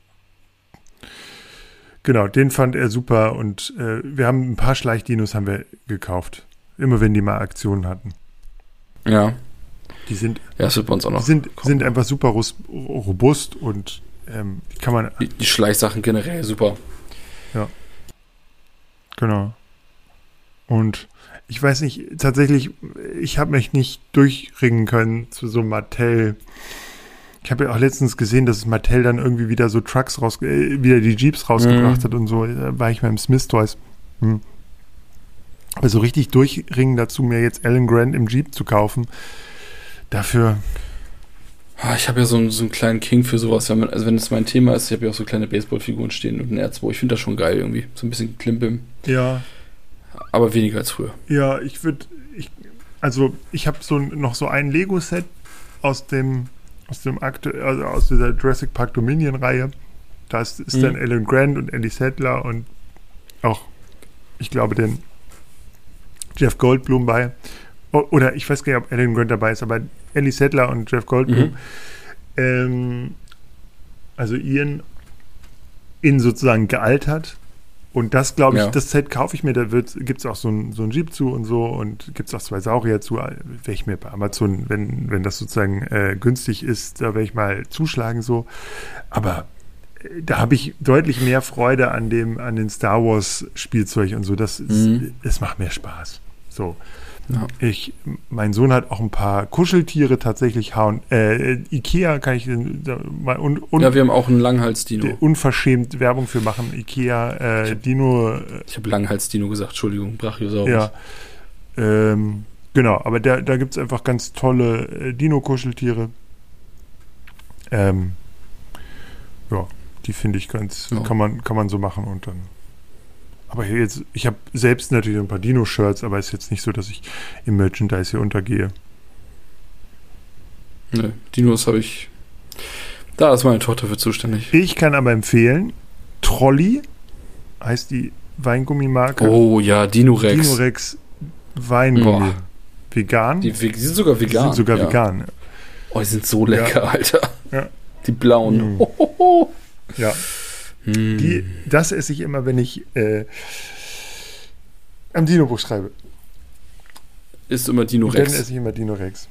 super und wir haben ein paar Schleichdinos haben wir gekauft. Immer wenn die mal Aktionen hatten.
Ja.
Das wird bei uns auch noch. Sind einfach super robust und die kann man.
Die Schleichsachen generell super.
Ja. Genau. Und ich weiß nicht, tatsächlich, ich habe mich nicht durchringen können zu so Mattel. Ich habe ja auch letztens gesehen, dass Mattel dann irgendwie wieder so Trucks wieder die Jeeps rausgebracht hat und so. Da war ich mal im Smith Toys. Aber so richtig durchringen dazu, mir jetzt Alan Grant im Jeep zu kaufen, dafür.
Ich habe ja so einen kleinen King für sowas. Also wenn es mein Thema ist, ich habe ja auch so kleine Baseballfiguren stehen und ein Erzbo. Ich finde das schon geil irgendwie. So ein bisschen Klimbim.
Ja.
Aber weniger als früher.
Ja, ich habe noch so ein Lego-Set aus dieser Jurassic Park Dominion-Reihe. Da ist dann Alan Grant und Ellie Sattler und auch, ich glaube, den Jeff Goldblum bei. Oder ich weiß gar nicht, ob Alan Grant dabei ist, aber Ellie Sattler und Jeff Goldblum. Also Ian sozusagen gealtert. Und das, glaube ich, das Set kaufe ich mir, da gibt es auch so ein Jeep zu und so und gibt es auch 2 Saurier zu, werde ich mir bei Amazon, wenn das sozusagen günstig ist, da werde ich mal zuschlagen so. Aber da habe ich deutlich mehr Freude an den Star Wars Spielzeug und so. Das macht mehr Spaß. So. Ja. Mein Sohn hat auch ein paar Kuscheltiere tatsächlich. Ikea kann ich mal
ja, wir haben auch einen Langhals-Dino.
Unverschämt Werbung für machen. Ikea Dino.
Ich habe Langhals-Dino gesagt, Entschuldigung, Brachiosaurus.
Ja. Genau, aber da gibt es einfach ganz tolle Dino-Kuscheltiere. Ja, die finde ich ganz, kann man so machen und dann. Aber ich habe selbst natürlich ein paar Dino-Shirts, aber es ist jetzt nicht so, dass ich im Merchandise hier untergehe.
Ne, Dinos habe ich. Da ist meine Tochter für zuständig.
Ich kann aber empfehlen, Trolli heißt die Weingummimarke.
Oh ja, Dinorex.
Dinorex Weingummi. Vegan.
Die sind sogar vegan.
Vegan.
Oh, die sind so lecker, Alter.
Ja.
Die blauen.
Ja. Das esse ich immer, wenn ich am Dino-Buch schreibe.
Isst immer Dinorex.
Dann esse ich immer Dinorex.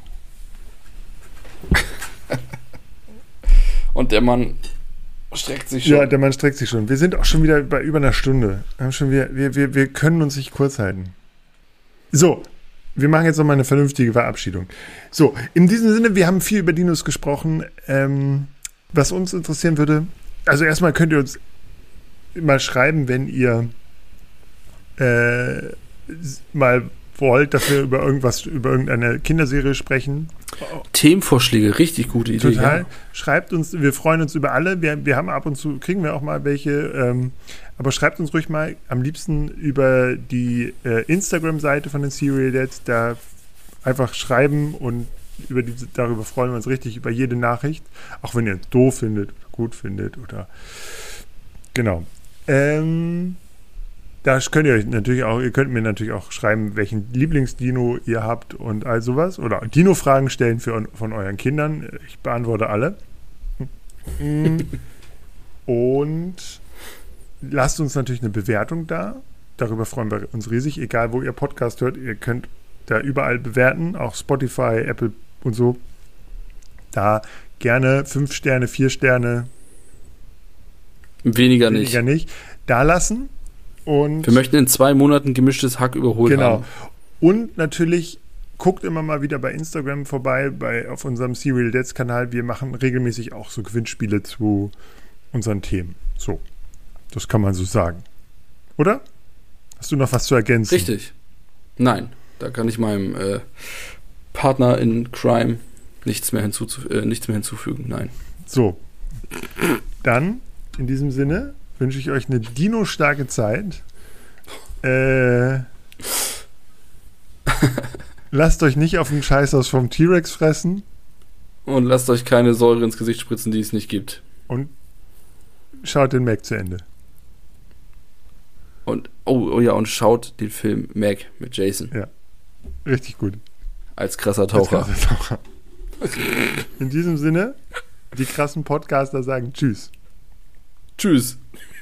Und der Mann streckt sich schon.
Ja, der Mann streckt sich schon. Wir sind auch schon wieder bei über einer Stunde. Wir können uns nicht kurz halten. So, wir machen jetzt nochmal eine vernünftige Verabschiedung. So, in diesem Sinne, wir haben viel über Dinos gesprochen. Was uns interessieren würde, also erstmal könnt ihr uns mal schreiben, wenn ihr mal wollt, dass wir über irgendeine Kinderserie sprechen.
Themenvorschläge, richtig gute Idee.
Total. Ja. Schreibt uns, wir freuen uns über alle. Wir haben ab und zu, kriegen wir auch mal welche. Aber schreibt uns ruhig mal am liebsten über die Instagram-Seite von den Serial Dads, da einfach schreiben und darüber freuen wir uns richtig über jede Nachricht, auch wenn ihr es doof findet, gut findet oder genau. Da könnt ihr euch natürlich auch, ihr könnt mir natürlich auch schreiben, welchen Lieblingsdino ihr habt und all sowas. Oder Dino-Fragen stellen von euren Kindern. Ich beantworte alle. Und lasst uns natürlich eine Bewertung da. Darüber freuen wir uns riesig. Egal, wo ihr Podcast hört, ihr könnt da überall bewerten. Auch Spotify, Apple und so. Da gerne 5 Sterne, 4 Sterne.
Weniger nicht.
Da lassen. Und
wir möchten in 2 Monaten gemischtes Hack überholt haben.
Und natürlich guckt immer mal wieder bei Instagram vorbei, auf unserem Serial Dads Kanal. Wir machen regelmäßig auch so Gewinnspiele zu unseren Themen. So, das kann man so sagen. Oder? Hast du noch was zu ergänzen?
Richtig. Nein, da kann ich meinem Partner in Crime nichts mehr hinzufügen. Nein. So,
dann in diesem Sinne wünsche ich euch eine dino-starke Zeit. Lasst euch nicht auf den Scheißhaus vom T-Rex fressen.
Und lasst euch keine Säure ins Gesicht spritzen, die es nicht gibt.
Und schaut den Mac zu Ende.
Und und schaut den Film Mac mit Jason.
Ja, richtig gut.
Als krasser Taucher.
In diesem Sinne, die krassen Podcaster sagen Tschüss.
Tschüss.